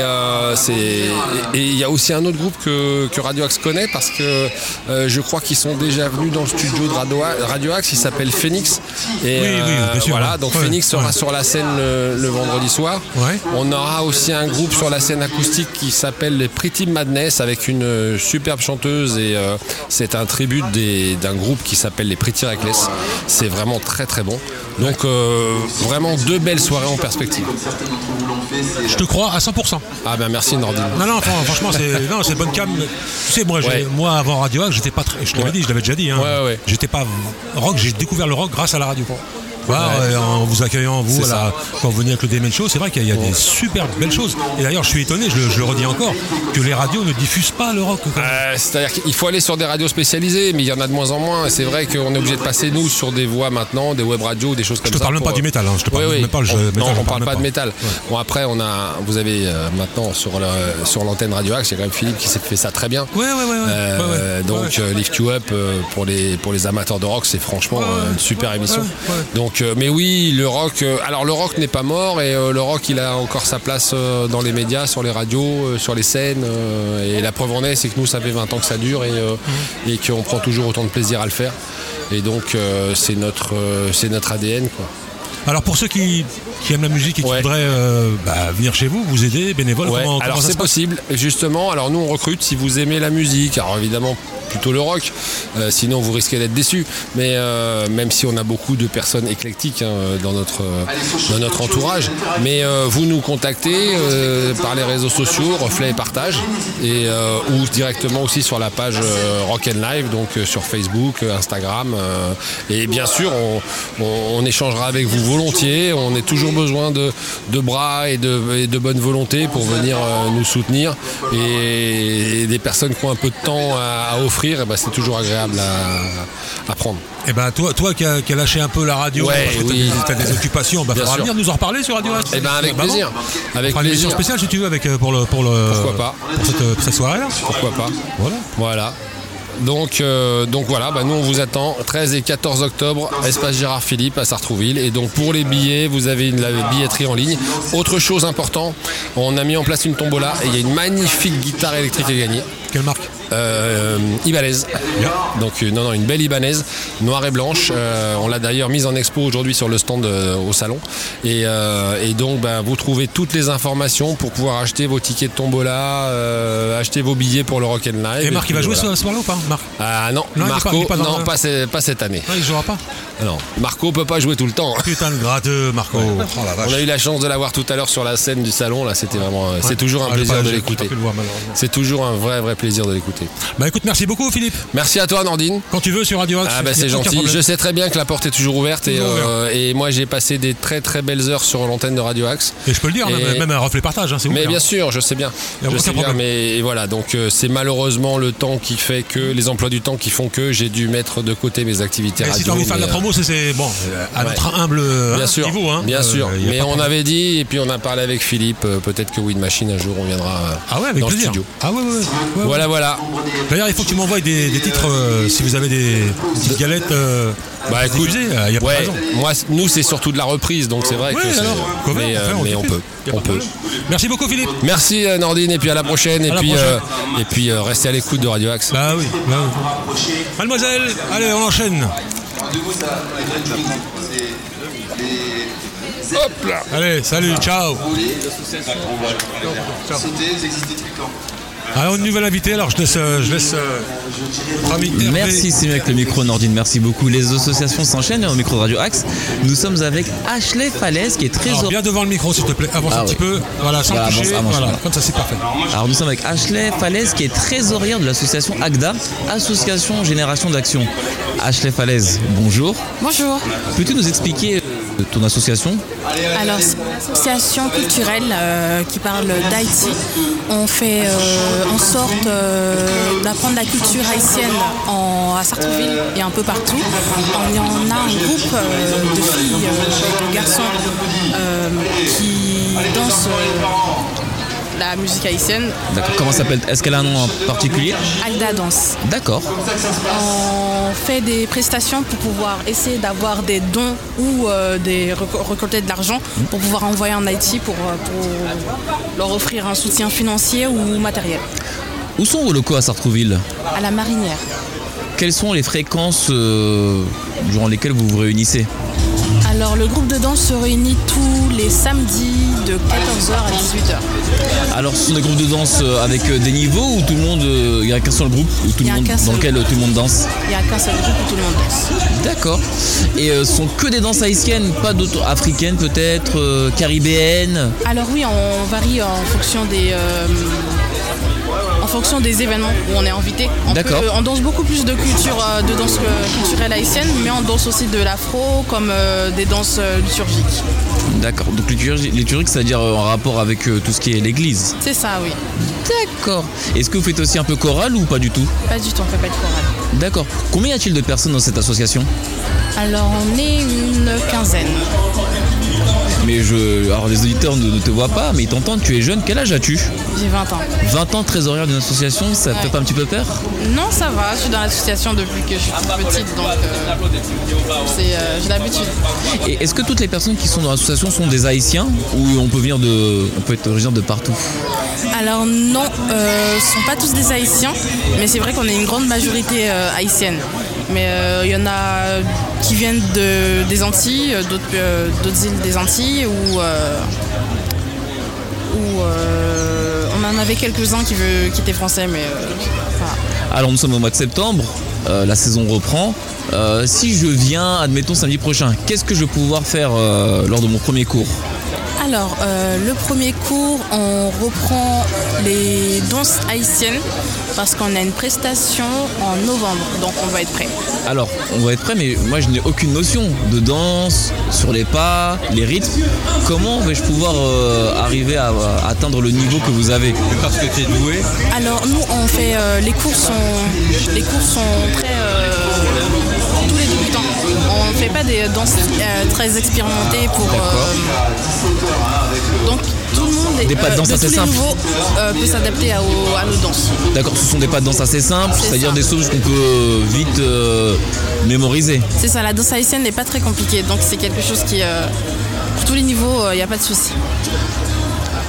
il y a aussi un autre groupe que Radio Axe connaît parce que je crois qu'ils sont déjà venus dans le studio de Radio Axe. Il s'appelle Phoenix. Et bien sûr, voilà, donc Phoenix sera sur la scène le vendredi soir. On aura aussi un groupe sur la scène acoustique qui s'appelle les Pretty Madness avec une superbe chanteuse et c'est un tribut d'un groupe qui s'appelle les Pretty Reckless. C'est vraiment très très bon. Donc vraiment 2 belles soirées en perspective. Je te crois à 100%. Ah ben merci Nordine. Non, franchement c'est bonne cam. Tu sais moi avant Radio Axe, j'étais pas très, je l'avais dit, je l'avais déjà dit. J'étais pas rock, j'ai découvert le rock grâce à la radio. En vous accueillant, vous, quand vous venez avec le Demen Show, c'est vrai qu'il y a des super belles choses. Et d'ailleurs, je suis étonné, je le redis encore, que les radios ne diffusent pas le rock. C'est-à-dire qu'il faut aller sur des radios spécialisées, mais il y en a de moins en moins. C'est vrai qu'on est obligé de passer, nous, sur des voies maintenant, des web radios, des choses comme ça. Je te parle même pas du métal. Je te parle même pas on parle pas de métal. Bon, après, vous avez maintenant sur l'antenne Radio Axe, il y a quand même Philippe qui s'est fait ça très bien. Donc, Lift You Up, pour les amateurs de rock, c'est franchement une super émission. Donc, mais oui, le rock. Alors le rock n'est pas mort et le rock il a encore sa place dans les médias, sur les radios, sur les scènes. Et la preuve en est, c'est que nous ça fait 20 ans que ça dure et qu'on prend toujours autant de plaisir à le faire. Et donc c'est notre ADN quoi. Alors pour ceux qui aiment la musique et qui voudraient venir chez vous, vous aider, bénévole, alors c'est possible, justement. Alors nous on recrute si vous aimez la musique. Alors évidemment plutôt le rock, sinon vous risquez d'être déçus. Mais même si on a beaucoup de personnes éclectiques dans notre entourage, mais vous nous contactez par les réseaux sociaux, Reflet et Partage, ou directement aussi sur la page Rock & Live, donc sur Facebook, Instagram, et bien sûr on échangera avec vous volontiers. On a toujours besoin de bras et de bonne volonté pour venir nous soutenir, et des personnes qui ont un peu de temps à offrir, c'est toujours agréable à prendre. Et toi qui as lâché un peu la radio, tu as des occupations, il faudra venir nous en reparler sur Radio Axe. Avec plaisir. Avec plaisir. Une émission spéciale si tu veux pourquoi pas. Pour cette soirée-là. Pourquoi pas. Voilà. Donc voilà, nous on vous attend 13 et 14 octobre, espace Gérard Philippe à Sartrouville. Et donc pour les billets, vous avez la billetterie en ligne. Autre chose importante, on a mis en place une tombola et il y a une magnifique guitare électrique à gagner. Quelle marque ? Ibanaise. Donc non, une belle Ibanaise, noire et blanche. On l'a d'ailleurs mise en expo aujourd'hui sur le stand au salon. Et donc vous trouvez toutes les informations pour pouvoir acheter vos tickets de tombola, acheter vos billets pour le Rock'n'Live. Et Marc, il va jouer ce soir-là ou pas, Marc? Non, Marco, pas cette année. Ah, il jouera pas? Non, Marco peut pas jouer tout le temps. Putain de gratteux, Marco. Ouais. Oh, la vache. On a eu la chance de l'avoir tout à l'heure sur la scène du salon. Là, c'était vraiment. C'est toujours un plaisir de l'écouter. C'est toujours un vrai plaisir de l'écouter. Bah écoute, merci beaucoup, Philippe. Merci à toi, Nordine. Quand tu veux sur Radio Axe. Ah bah c'est gentil. Je sais très bien que la porte est toujours ouverte et moi j'ai passé des très belles heures sur l'antenne de Radio Axe. Et je peux le dire, même un reflet partage, c'est ouvert. Mais bien sûr, je sais bien. Mais voilà, donc c'est malheureusement le temps qui fait que les emplois du temps qui font que j'ai dû mettre de côté mes activités radio. Si tu as envie de faire de la promo, c'est bon, à notre humble niveau. Bien sûr. Mais on avait dit, et puis on a parlé avec Philippe, peut-être que Wind Machine un jour on viendra avec dans plaisir. le studio. Voilà. D'ailleurs, il faut que tu m'envoies des titres si vous avez des petites galettes. Écoute, y a pas de raison. Moi, nous c'est surtout de la reprise, donc c'est vrai que mais on peut. Merci beaucoup, Philippe. Merci Nordine, et puis à la prochaine. Et puis restez à l'écoute de Radio Axe. Bah oui. Mademoiselle, allez, on enchaîne. Hop là. Allez, salut, ciao. Alors une nouvelle invitée, alors je laisse Merci, c'est mieux avec le micro, Nordine, merci beaucoup. Les associations s'enchaînent au micro de Radio Axe. Nous sommes avec Ashley Falaise qui est trésorière. Bien devant le micro s'il te plaît, avance un petit peu, sans toucher, comme ça c'est parfait. Alors nous sommes avec Ashley Falaise qui est trésorière de l'association AGDA, Association Génération d'Action. Ashley Falaise, bonjour. Bonjour. Peux-tu nous expliquer ton association? Alors, c'est une association culturelle qui parle d'Haïti. On fait en sorte d'apprendre la culture haïtienne à Sartrouville et un peu partout. Il y en a un groupe de filles et de garçons qui dansent la musique haïtienne. D'accord. Comment ça s'appelle? Est-ce qu'elle a un nom en particulier? Agda Danse. D'accord. On fait des prestations pour pouvoir essayer d'avoir des dons ou récolter de l'argent pour pouvoir envoyer en Haïti pour leur offrir un soutien financier ou matériel. Où sont vos locaux à Sartrouville? À la Marinière. Quelles sont les fréquences durant lesquelles vous vous réunissez? Alors le groupe de danse se réunit tous les samedis de 14h à 18h. Alors ce sont des groupes de danse avec des niveaux ou tout le monde, il n'y a qu'un seul groupe dans lequel tout le monde danse? Il n'y a qu'un seul groupe où tout le monde danse. D'accord. Et ce sont que des danses haïtiennes, pas d'autres africaines peut-être, caribéennes? Alors oui, on varie en fonction des événements où on est invité. On danse beaucoup plus de danse culturelle haïtienne, mais on danse aussi de l'afro comme des danses liturgiques. D'accord, donc liturgique, c'est-à-dire en rapport avec tout ce qui est l'église? C'est ça, oui. D'accord. Est-ce que vous faites aussi un peu chorale ou pas du tout? Pas du tout, on ne fait pas de chorale. D'accord. Combien y a-t-il de personnes dans cette association? Alors on est une quinzaine. Mais alors les auditeurs ne te voient pas, mais ils t'entendent, tu es jeune, quel âge as-tu? J'ai 20 ans. 20 ans, trésorière d'une association, ça te fait pas un petit peu peur? Non, ça va, je suis dans l'association depuis que je suis toute petite, donc j'ai l'habitude. Et est-ce que toutes les personnes qui sont dans l'association sont des Haïtiens ou on peut être originaire de partout? Alors non, ce ne sont pas tous des Haïtiens, mais c'est vrai qu'on est une grande majorité haïtienne. Mais il y en a qui viennent des Antilles, d'autres îles des Antilles, où on en avait quelques-uns qui étaient français, mais voilà. Alors nous sommes au mois de septembre, la saison reprend. Si je viens, admettons samedi prochain, qu'est-ce que je vais pouvoir faire lors de mon premier cours? Alors, le premier cours, on reprend les danses haïtiennes parce qu'on a une prestation en novembre, donc on va être prêt. Alors, on va être prêt, mais moi je n'ai aucune notion de danse, sur les pas, les rythmes. Comment vais-je pouvoir arriver à atteindre le niveau que vous avez? Parce que tu es doué. Alors, nous, on fait les cours sont très tous les débutants. On ne fait pas des danses très expérimentées pour. Donc tout le monde des pas de danse assez tous les simples. nouveaux peut s'adapter à nos danses. D'accord, ce sont des pas de danse assez simples, c'est-à-dire des choses qu'on peut vite mémoriser. C'est ça, la danse haïtienne n'est pas très compliquée, donc c'est quelque chose qui pour tous les niveaux, il n'y a pas de souci.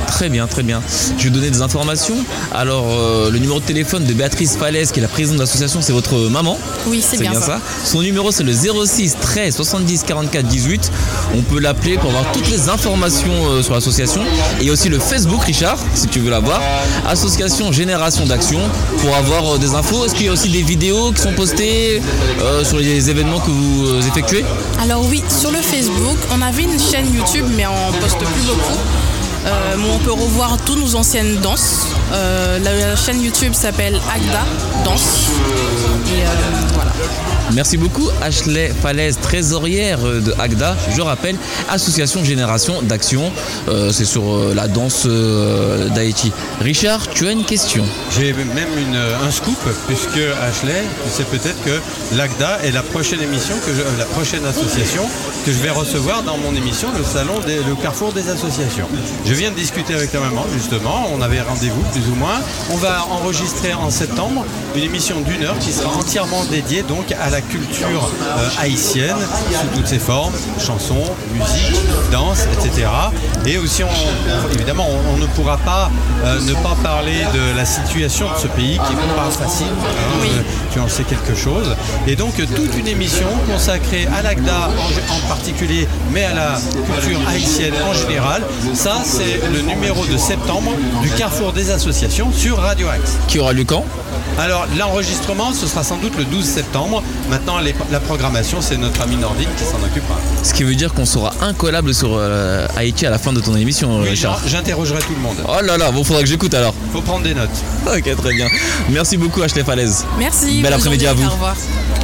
Très bien, très bien. Je vais donner des informations. Alors, le numéro de téléphone de Béatrice Falaise, qui est la présidente de l'association, c'est votre maman. Oui, c'est bien ça. Son numéro, c'est le 06 13 70 44 18. On peut l'appeler pour avoir toutes les informations sur l'association. Et aussi le Facebook, Richard, si tu veux l'avoir. Association Génération d'Action, pour avoir des infos. Est-ce qu'il y a aussi des vidéos qui sont postées sur les événements que vous effectuez? Alors oui, sur le Facebook, on avait une chaîne YouTube, mais on poste plus beaucoup. Où on peut revoir toutes nos anciennes danses. La chaîne YouTube s'appelle Agda Danse. Et voilà. Merci beaucoup Ashley Falaise, trésorière de Agda, je rappelle, Association Génération d'Action, c'est sur la danse d'Haïti. Richard, tu as une question? J'ai même un scoop, puisque Ashley, tu sais peut-être que l'Agda est la prochaine émission, la prochaine association que je vais recevoir dans mon émission, le Carrefour des associations. Je viens de discuter avec ta maman, justement, on avait rendez-vous plus ou moins. On va enregistrer en septembre une émission d'1 heure qui sera entièrement dédiée donc à la culture haïtienne sous toutes ses formes, chansons, musique, danse, etc. Et aussi, évidemment, on ne pourra pas ne pas parler de la situation de ce pays qui n'est pas facile. Oui. Tu en sais quelque chose. Et donc, toute une émission consacrée à l'Agda en particulier, mais à la culture haïtienne en général. Ça, c'est le numéro de septembre du Carrefour des associations sur Radio Axe. Qui aura lieu quand? Alors, l'enregistrement, ce sera sans doute le 12 septembre. Maintenant, la programmation, c'est notre ami Nordine qui s'en occupera. Ce qui veut dire qu'on sera incollable sur Haïti à la fin de ton émission, oui, Richard. J'interrogerai tout le monde. Oh là là, bon, faudra que j'écoute alors. Faut prendre des notes. Ok, très bien. Merci beaucoup, Ashley Falaise. Merci. Bel après-midi à vous. Au revoir.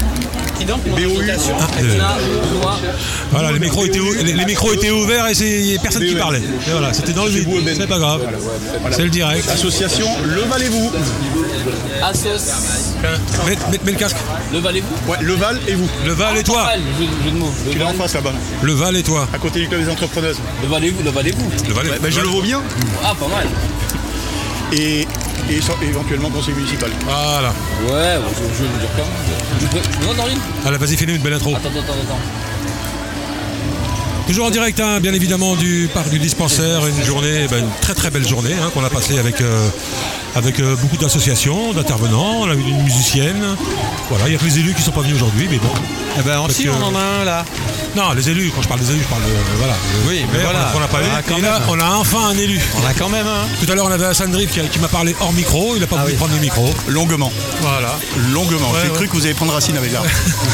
Voilà, les micros étaient ouverts et il n'y a personne qui parlait. Et voilà, c'était dans le vide, c'est pas grave. C'est le direct. Association Le Val-et-vous. Mets le casque. Le Val et vous? Ouais, Le Val et vous. Le Val et toi. Tu l'as en face là-bas. Le Val et toi. À côté du club des entrepreneuses. Le Val et vous, le Val et vous. Le Val et je le vaux bien. Ah, pas mal. Et éventuellement conseil municipal. Voilà. Ouais, je vais le dire quand même. Tu veux Nordine? Allez, vas-y, fais-nous une belle intro. Attends. Toujours en direct, hein, bien évidemment, du parc du dispensaire. Une journée, une très très belle journée qu'on a passée avec beaucoup d'associations, d'intervenants. On a eu une musicienne. Voilà, il y a que les élus qui ne sont pas venus aujourd'hui, mais bon. Eh ben, aussi, on en a un là. Non, les élus, quand je parle des élus, je parle de. Voilà. Oui, mais voilà. On n'a pas eu. Et là, on a enfin un élu. On a quand même un. Tout à l'heure, on avait Hassan Drif qui m'a parlé hors micro. Il n'a pas voulu prendre le micro. Longuement. Voilà. Longuement. J'ai cru que vous allez prendre racine avec là.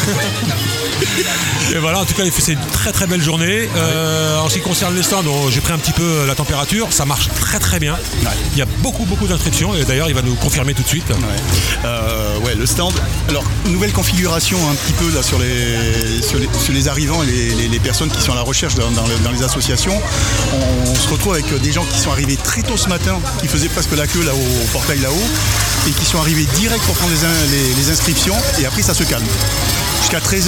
Et voilà, en tout cas, c'est une très très belle journée. En ce qui concerne les stands, j'ai pris un petit peu la température. Ça marche très très bien. Ouais. Il y a beaucoup d'inscriptions. Et d'ailleurs, il va nous confirmer tout de suite. Ouais, le stand. Alors, nouvelle configuration un petit peu là sur les arrivants et les personnes qui sont à la recherche dans les associations. On se retrouve avec des gens qui sont arrivés très tôt ce matin, qui faisaient presque la queue là au portail là-haut, et qui sont arrivés direct pour prendre les inscriptions. Et après, ça se calme. Jusqu'à 13h,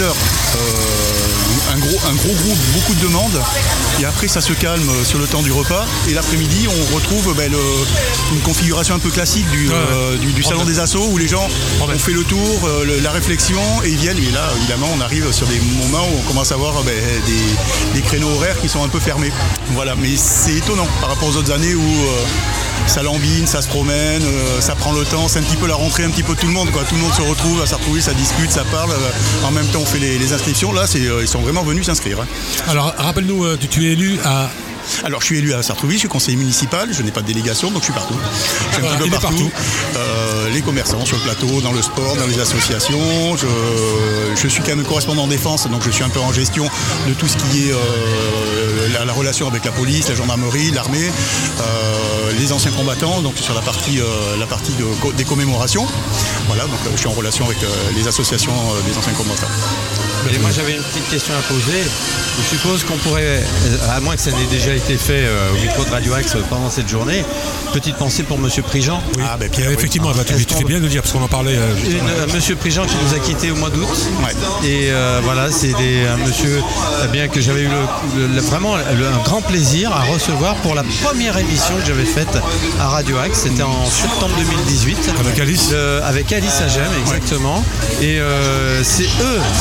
un gros groupe, beaucoup de demandes. Et après, ça se calme sur le temps du repas. Et l'après-midi, on retrouve une configuration un peu classique du salon des assos où les gens ont fait le tour, la réflexion et ils viennent. Et là, évidemment, on arrive sur des moments où on commence à avoir des créneaux horaires qui sont un peu fermés. Voilà, mais c'est étonnant par rapport aux autres années où ça lambine, ça se promène, ça prend le temps, c'est un petit peu la rentrée un petit peu de tout le monde, quoi. Tout le monde se retrouve à Sartrouville, ça discute, ça parle, en même temps on fait les inscriptions. Là, ils sont vraiment venus s'inscrire. Alors rappelle-nous, tu es élu à... Alors je suis élu à Sartrouville, je suis conseiller municipal, je n'ai pas de délégation, donc je suis partout. Je suis un petit peu partout. Les commerçants sur le plateau, dans le sport, dans les associations. Je suis quand même correspondant défense, donc je suis un peu en gestion de tout ce qui est la relation avec la police, la gendarmerie, l'armée, les anciens combattants, donc sur la partie des commémorations. Voilà, donc je suis en relation avec les associations des anciens combattants. Et moi j'avais une petite question à poser. Je suppose qu'on pourrait, à moins que ça n'ait déjà été fait au micro de Radio Axe pendant cette journée, petite pensée pour Monsieur Prigent. Oui. Ah ben Pierre, effectivement, tu fais bien de le dire parce qu'on en parlait. Monsieur Prigent qui nous a quittés au mois d'août. Ouais. Et voilà, c'est un monsieur que j'avais eu vraiment un grand plaisir à recevoir pour la première émission que j'avais faite à Radio Axe. C'était en septembre 2018. Avec Alice. Avec Alice Agem, exactement. Et c'est ce duo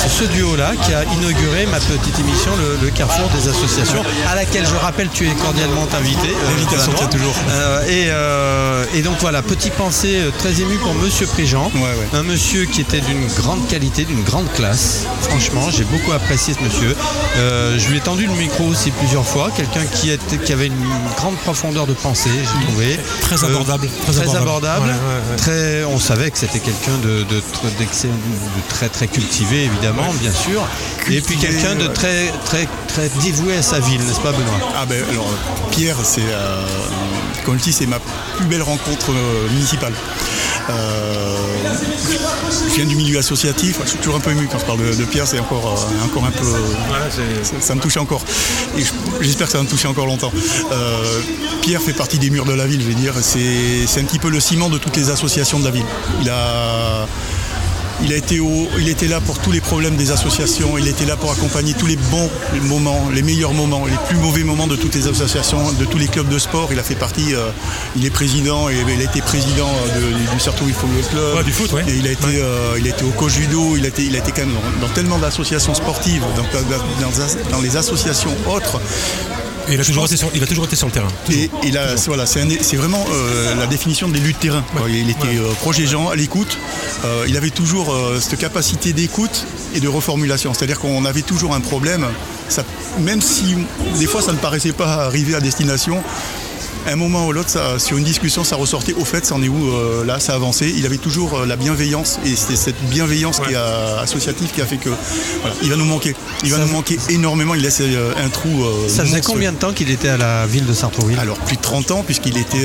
Ola qui a inauguré ma petite émission, le Carrefour des associations, à laquelle je rappelle tu es cordialement invité. L'invitation tient toujours. Et donc voilà, petite pensée très émue pour Monsieur Préjean, un monsieur qui était d'une grande qualité, d'une grande classe. Franchement, j'ai beaucoup apprécié ce monsieur. Je lui ai tendu le micro aussi plusieurs fois, quelqu'un qui avait une grande profondeur de pensée, j'ai trouvé. Très abordable. Très abordable. Ouais. On savait que c'était quelqu'un de très très cultivé, évidemment, bien sûr. Et puis quelqu'un de très très très dévoué à sa ville, n'est-ce pas, Benoît? Alors Pierre, c'est comme je dis, c'est ma plus belle rencontre municipale. Je viens du milieu associatif, je suis toujours un peu ému quand je parle de Pierre, c'est encore un peu. Ça me touche encore. Et j'espère que ça va me toucher encore longtemps. Pierre fait partie des murs de la ville, je vais dire. C'est un petit peu le ciment de toutes les associations de la ville. Il était là pour tous les problèmes des associations, il était là pour accompagner tous les bons moments, les meilleurs moments, les plus mauvais moments de toutes les associations, de tous les clubs de sport. Il a fait partie, il est président, et il a été président du Sartrouville Football Club. Ouais, du foot, ouais. Et il a été au coach judo, il a été quand même dans tellement d'associations sportives, dans les associations autres. Et il a toujours été sur le terrain. Et là, voilà, c'est vraiment la définition de l'élu de terrain. Il était proche des gens, à l'écoute. Il avait toujours cette capacité d'écoute et de reformulation. C'est-à-dire qu'on avait toujours un problème, même si des fois ça ne paraissait pas arriver à destination. À un moment ou l'autre, sur une discussion, ça ressortait. Au fait, ça en est où là, ça avançait. Il avait toujours la bienveillance, et c'est cette bienveillance qui est associative qui a fait que voilà, il va nous manquer. Il va nous manquer énormément. Il laisse un trou. Ça faisait combien de temps qu'il était à la ville de Sartrouville? Alors plus de 30 ans, puisqu'il était,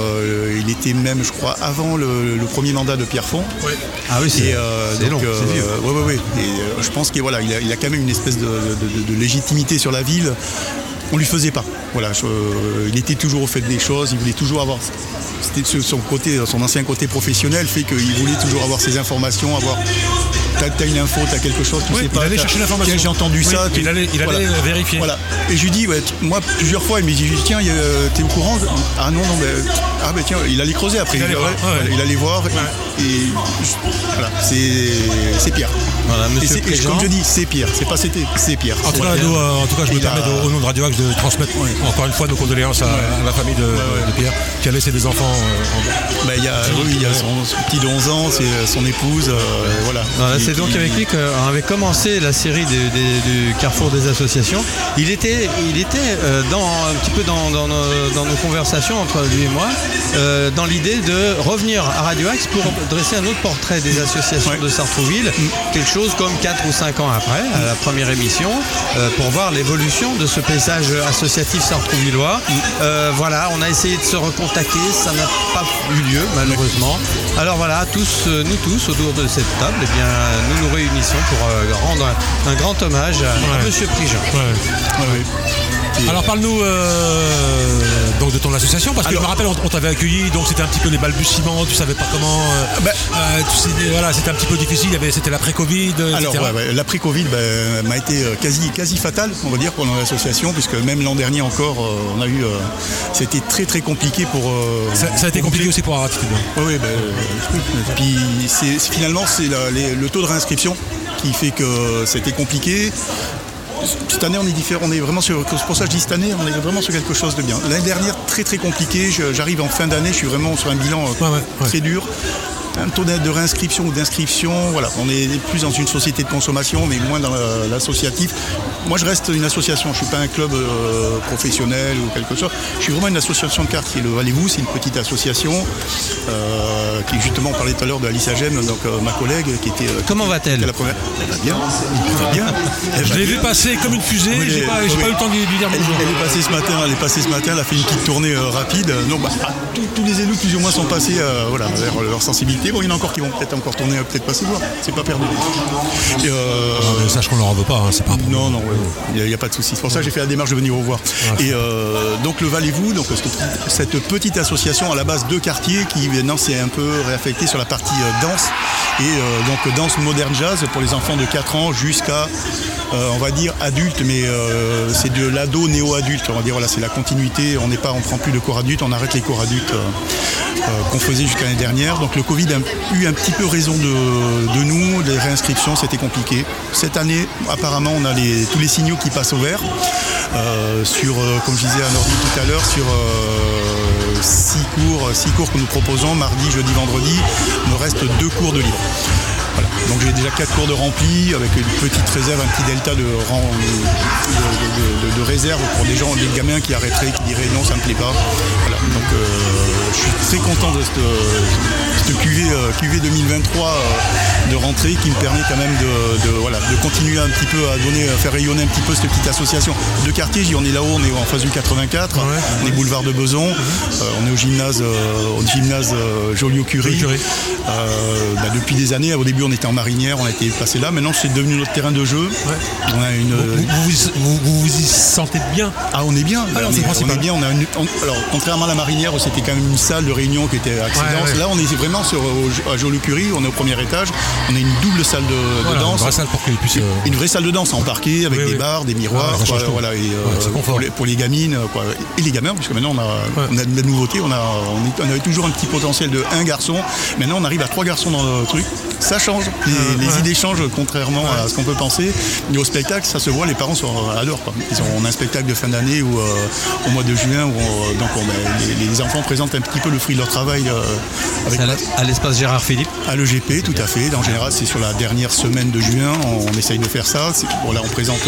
même, je crois, avant le premier mandat de Pierre Font. Oui. Ah oui, c'est long. C'est vieux. Oui. Et je pense qu'il il a quand même une espèce de légitimité sur la ville. On lui faisait pas. Voilà, il était toujours au fait des choses, il voulait toujours avoir. C'était son ancien côté professionnel fait qu'il voulait toujours avoir ses informations, t'as une info, t'as quelque chose, tu sais pas. Il allait chercher l'information. J'ai entendu ça. Il allait vérifier. Voilà. Et je lui dis, moi plusieurs fois, il me dit, tiens, t'es au courant? Ah non, tiens, il allait creuser après. Il allait voir. Et voilà, c'est Pierre. Voilà, monsieur Préjean. Comme je dis, c'est Pierre. C'est pas c'était, c'est Pierre. En tout cas, je me permets au nom de Radio Axe de transmettre encore une fois nos condoléances à la famille de Pierre, qui a laissé des enfants. Il y a son petit de 11 ans, c'est son épouse. Voilà. C'est donc avec lui qu'on avait commencé la série du Carrefour des associations. Il était un petit peu dans nos conversations entre lui et moi, dans l'idée de revenir à Radio Axe pour dresser un autre portrait des associations de Sartrouville, quelque chose comme 4 ou 5 ans après, à la première émission, pour voir l'évolution de ce paysage associatif sartrouvillois. Voilà, on a essayé de se recontacter, ça n'a pas eu lieu malheureusement. Alors voilà, nous tous autour de cette table, nous nous réunissons pour rendre un grand hommage à Monsieur Préjean. Alors parle-nous donc de ton association, parce que je me rappelle, on t'avait accueilli, donc c'était un petit peu les balbutiements, tu savais pas comment. C'était un petit peu difficile, c'était l'après-Covid. Alors l'après-Covid m'a été quasi fatal, on va dire, pour l'association, puisque même l'an dernier encore, on a eu. C'était très très compliqué pour. Ça a été compliqué aussi pour Aratitude. Oui, puis finalement c'est le taux de réinscription qui fait que c'était compliqué. Cette année on est différent, on est vraiment sur, c'est pour ça que je dis cette année, on est vraiment sur quelque chose de bien. L'année dernière très très compliqué, j'arrive en fin d'année, je suis vraiment sur un bilan très dur. Un taux de réinscription ou d'inscription, voilà, on est plus dans une société de consommation, mais moins dans l'associatif. Moi je reste une association, je ne suis pas un club professionnel ou quelque chose, je suis vraiment une association de quartier. Le Valez-vous, c'est une petite association qui justement, on parlait tout à l'heure de Alice Agem, donc ma collègue qui était... Comment va-t-elle? Elle va bien. Je l'ai vu passer comme une fusée, j'ai pas eu le temps de lui dire bonjour. Elle est passée ce matin, elle a fait une petite tournée rapide. Donc tous les élus plus ou moins sont passés vers leur sensibilité. Bon, il y en a encore qui vont peut-être encore tourner, peut-être passer voir, c'est pas perdu. Mais sache qu'on leur en veut pas, c'est pas un problème. Non, il n'y a pas de souci. C'est pour ça que j'ai fait la démarche de venir vous voir. Et donc le Valez-vous, donc cette petite association à la base de quartier qui maintenant s'est un peu réaffectée sur la partie danse. Et donc danse moderne jazz pour les enfants de 4 ans jusqu'à on va dire adulte, mais c'est de l'ado néo-adulte. On va dire voilà, c'est la continuité. On prend plus de cours adultes, on arrête les cours adultes qu'on faisait jusqu'à l'année dernière. Donc le Covid a eu un petit peu raison de nous. Les réinscriptions, c'était compliqué. Cette année, apparemment, on a tous les signaux qui passent au vert. Sur, comme je disais à Nordi tout à l'heure, sur 6 cours que nous proposons, mardi, jeudi, vendredi, il me reste 2 cours de libre. Voilà. Donc j'ai déjà 4 cours de remplis avec une petite réserve, un petit delta de réserve pour des gamins qui arrêteraient, qui diraient non, ça me plaît pas. Voilà. Donc je suis très content de cette QV 2023 de rentrée qui me permet quand même de continuer un petit peu à faire rayonner un petit peu cette petite association de quartier. On est là-haut, on est en phase du 84, on est boulevard de Beson, on est au gymnase Joliot-Curie. Depuis des années, au début on était en marinière, on a été passé là, maintenant c'est devenu notre terrain de jeu. Ouais. On a vous y sentez bien? Ah, on est bien. On est bien. Alors contrairement à la marinière où c'était quand même une salle de réunion qui était accidente, là on est vraiment à Joliot-Curie, on est au premier étage, on a une double salle de danse. Une vraie salle pour qu'ils puissent... Une vraie salle de danse en parquet avec des bars, des miroirs, pour les gamines et les gamins, puisque maintenant on a de la nouveauté, on avait toujours un petit potentiel de 1 garçon, maintenant on arrive à 3 garçons dans le truc. Ça change, les idées changent contrairement à ce qu'on peut penser. Et au spectacle, ça se voit, les parents adorent. On a un spectacle de fin d'année où, au mois de juin où les enfants présentent un petit peu le fruit de leur travail. À l'espace Gérard Philippe. À l'EGP, tout à fait. En général, c'est sur la dernière semaine de juin, on essaye de faire ça. Là,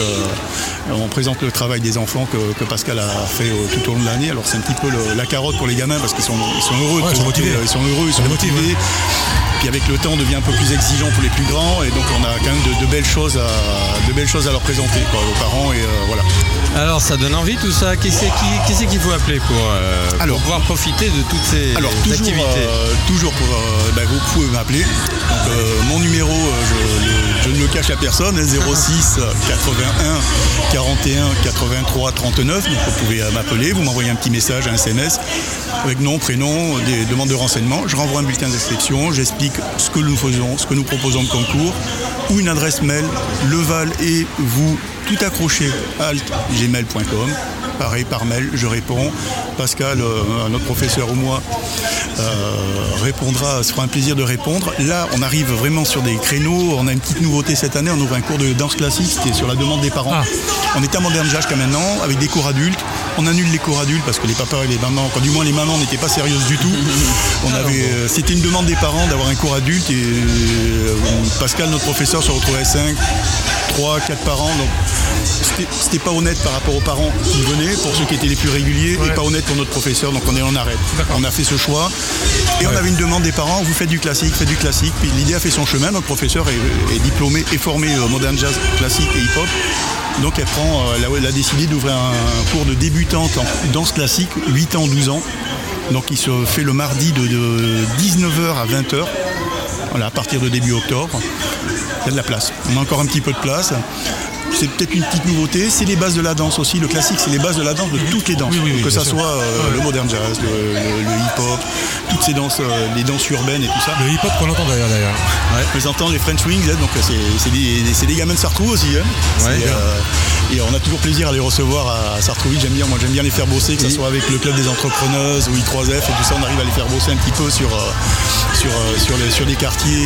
on présente le travail des enfants que Pascal a fait tout au long de l'année. Alors c'est un petit peu la carotte pour les gamins parce qu'ils sont heureux. Ils sont motivés. Puis avec le temps, on devient un peu plus exigeant pour les plus grands et donc on a quand même de belles choses à leur présenter aux parents et voilà. Alors ça donne envie tout ça. Qui c'est qu'il faut appeler pour pouvoir profiter de toutes ces activités? Toujours vous pouvez m'appeler. Donc, mon numéro, je ne le cache à personne, 06 81 41 83 39. Donc vous pouvez m'appeler, vous m'envoyez un petit message, un SMS avec nom, prénom, des demandes de renseignements. Je renvoie un bulletin d'inscription, j'explique ce que nous faisons, ce que nous proposons de concours, ou une adresse mail, leval et vous, tout accroché, gmail.com. Pareil, par mail, je réponds. Pascal, notre professeur ou moi, se fera un plaisir de répondre. Là, on arrive vraiment sur des créneaux. On a une petite nouveauté cette année. On ouvre un cours de danse classique, c'était sur la demande des parents. On était à Modern Jazz jusqu'à maintenant, avec des cours adultes. On annule les cours adultes parce que les papas et les mamans, du moins les mamans n'étaient pas sérieuses du tout. C'était une demande des parents d'avoir un cours adulte et Pascal, notre professeur, se retrouvait 5, 3, 4 parents. Donc c'était pas honnête par rapport aux parents qui venaient, pour ceux qui étaient les plus réguliers, et pas honnête pour notre professeur. Donc on arrête. On a fait ce choix et on avait une demande des parents, vous faites du classique. Puis l'idée a fait son chemin. Notre professeur est diplômé et formé modern jazz classique et hip-hop. Donc elle a décidé d'ouvrir un cours de débutante en danse classique, 8 ans, 12 ans. Donc il se fait le mardi de 19h à 20h, voilà, à partir de début octobre. Il y a de la place. On a encore un petit peu de place. C'est peut-être une petite nouveauté, c'est les bases de la danse aussi. Le classique, c'est les bases de la danse de toutes les danses. Que ça soit le modern jazz, le hip-hop, toutes ces danses, les danses urbaines et tout ça. Le hip-hop qu'on entend d'ailleurs. Présentant les French Wings, donc c'est des gamins de Sartrouville aussi. Et on a toujours plaisir à les recevoir à Sartrouville. J'aime bien les faire bosser, que ce soit avec le club des entrepreneuses ou I3F et tout ça. On arrive à les faire bosser un petit peu sur des quartiers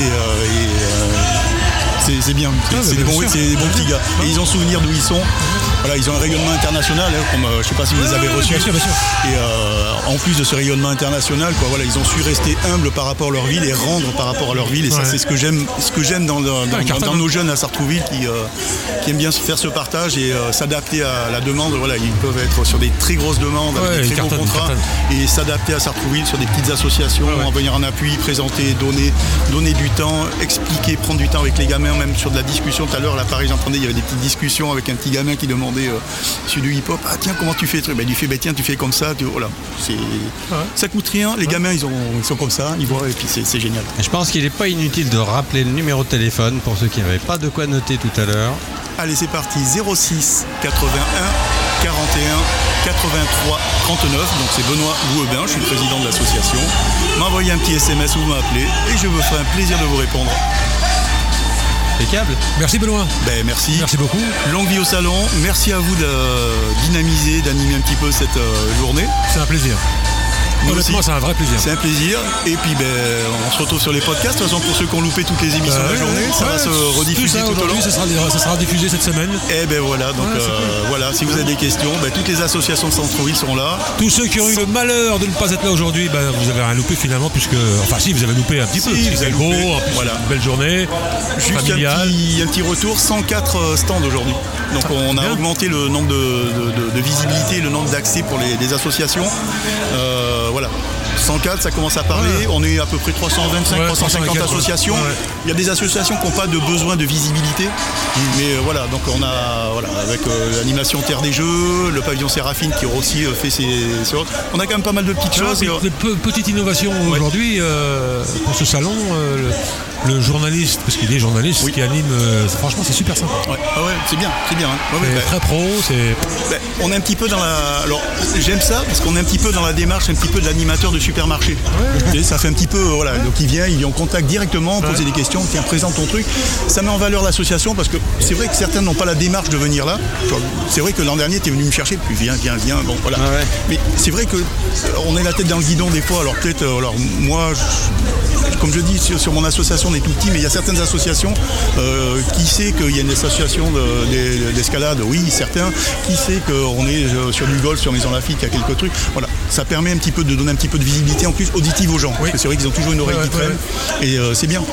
c'est bien, c'est des bons petits gars. Et ils ont souvenir d'où ils sont. Voilà, ils ont un rayonnement international, comme je ne sais pas si vous les avez reçus. Bien sûr. Et en plus de ce rayonnement international, ils ont su rester humbles par rapport à leur ville et rendre par rapport à leur ville. Et ça, c'est ce que j'aime dans nos jeunes à Sartrouville qui aiment bien faire ce partage et s'adapter à la demande. Voilà, ils peuvent être sur des très grosses demandes, avec des très gros contrats, et s'adapter à Sartrouville sur des petites associations, venir en appui, présenter, donner du temps, expliquer, prendre du temps avec les gamins, même sur de la discussion. Tout à l'heure, là, pareil, j'entendais, il y avait des petites discussions avec un petit gamin qui demandait sur du hip-hop, tiens, comment tu fais? Il fait, tiens, tu fais comme ça. Voilà. Ça coûte rien, les gamins, ils sont comme ça, ils voient, et puis c'est génial. Je pense qu'il n'est pas inutile de rappeler le numéro de téléphone pour ceux qui n'avaient pas de quoi noter tout à l'heure. Allez, c'est parti, 06 81 41 83 39, donc c'est Benoît Bouebin, je suis le président de l'association. M'envoyez un petit SMS ou vous m'appelez et je me ferai un plaisir de vous répondre. Impeccable. Merci Benoît. Merci. Merci beaucoup. Longue vie au salon. Merci à vous de dynamiser, d'animer un petit peu cette journée. C'est un plaisir. Honnêtement, c'est un vrai plaisir. C'est un plaisir. Et puis, on se retrouve sur les podcasts. De toute façon, pour ceux qui ont loupé toutes les émissions de la journée, ça va se rediffuser tout au long. Ça sera diffusé cette semaine. Et voilà. Donc, voilà. Si vous avez des questions, toutes les associations de Centre-Ville sont là. Tous ceux qui ont eu le malheur de ne pas être là aujourd'hui, vous avez rien loupé finalement, puisque. Enfin, si, vous avez loupé un petit peu. C'est beau. Voilà. Une belle journée. Juste un petit retour. 104 stands aujourd'hui. Donc, on a augmenté le nombre de visibilité, le nombre d'accès pour les associations. Voilà. 104, ça commence à parler. On est à peu près 325, 350 associations. Il y a des associations qui n'ont pas de besoin de visibilité. Mais voilà, donc on a, avec l'animation Terre des Jeux, le pavillon Séraphine qui a aussi fait ses. On a quand même pas mal de petites choses. Petite innovation aujourd'hui pour ce salon. Le journaliste, parce qu'il est journaliste, qui anime, franchement c'est super sympa. C'est bien. Très pro, on est un petit peu dans la. Alors j'aime ça parce qu'on est un petit peu dans la démarche, un petit peu de l'animateur de supermarché. Ça fait un petit peu, donc il vient, il est en contact directement, poser des questions, tiens, présente ton truc. Ça met en valeur l'association parce que c'est vrai que certains n'ont pas la démarche de venir là. C'est vrai que l'an dernier tu es venu me chercher, puis viens, bon voilà. Mais c'est vrai que on est la tête dans le guidon des fois, alors peut-être, moi, comme je dis, sur mon association, on est tout petit, mais il y a certaines associations qui sait qu'il y a une association d'escalade, oui, certains, qui sait qu'on est sur du golf, sur Maison Lafitte, qu'il y a quelques trucs. Voilà, ça permet un petit peu de donner un petit peu de visibilité en plus auditive aux gens. Parce que c'est vrai qu'ils ont toujours une oreille qui traîne. Et c'est bien.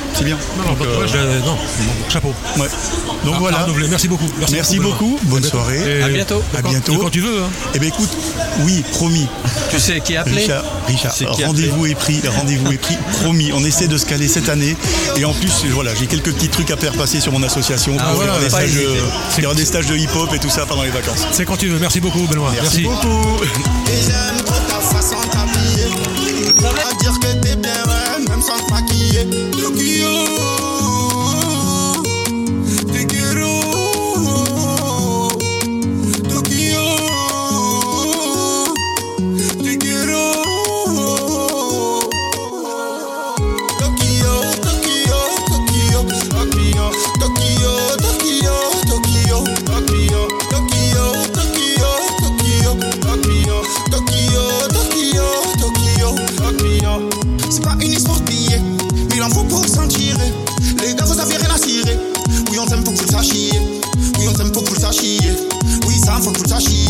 Non, chapeau. Donc voilà. Merci beaucoup. Merci beaucoup. Bonne soirée. À bientôt. À bientôt. Quand tu veux. Eh bien écoute, oui, promis. Tu sais qui a appelé Richard, rendez-vous est pris, promis. On essaie de se caler cette année. Et en plus, voilà, j'ai quelques petits trucs à faire passer sur mon association. Il y aura des stages de hip-hop et tout ça pendant les vacances. C'est quand tu veux. Merci beaucoup, Benoît. Merci beaucoup. Et j'aime trop ta façon de t'habiller. Ça veut dire que t'es bien, même sans te maquiller. Oui, on t'aime, faut que tu le sachiez. Oui, ça, faut que tu le sachiez.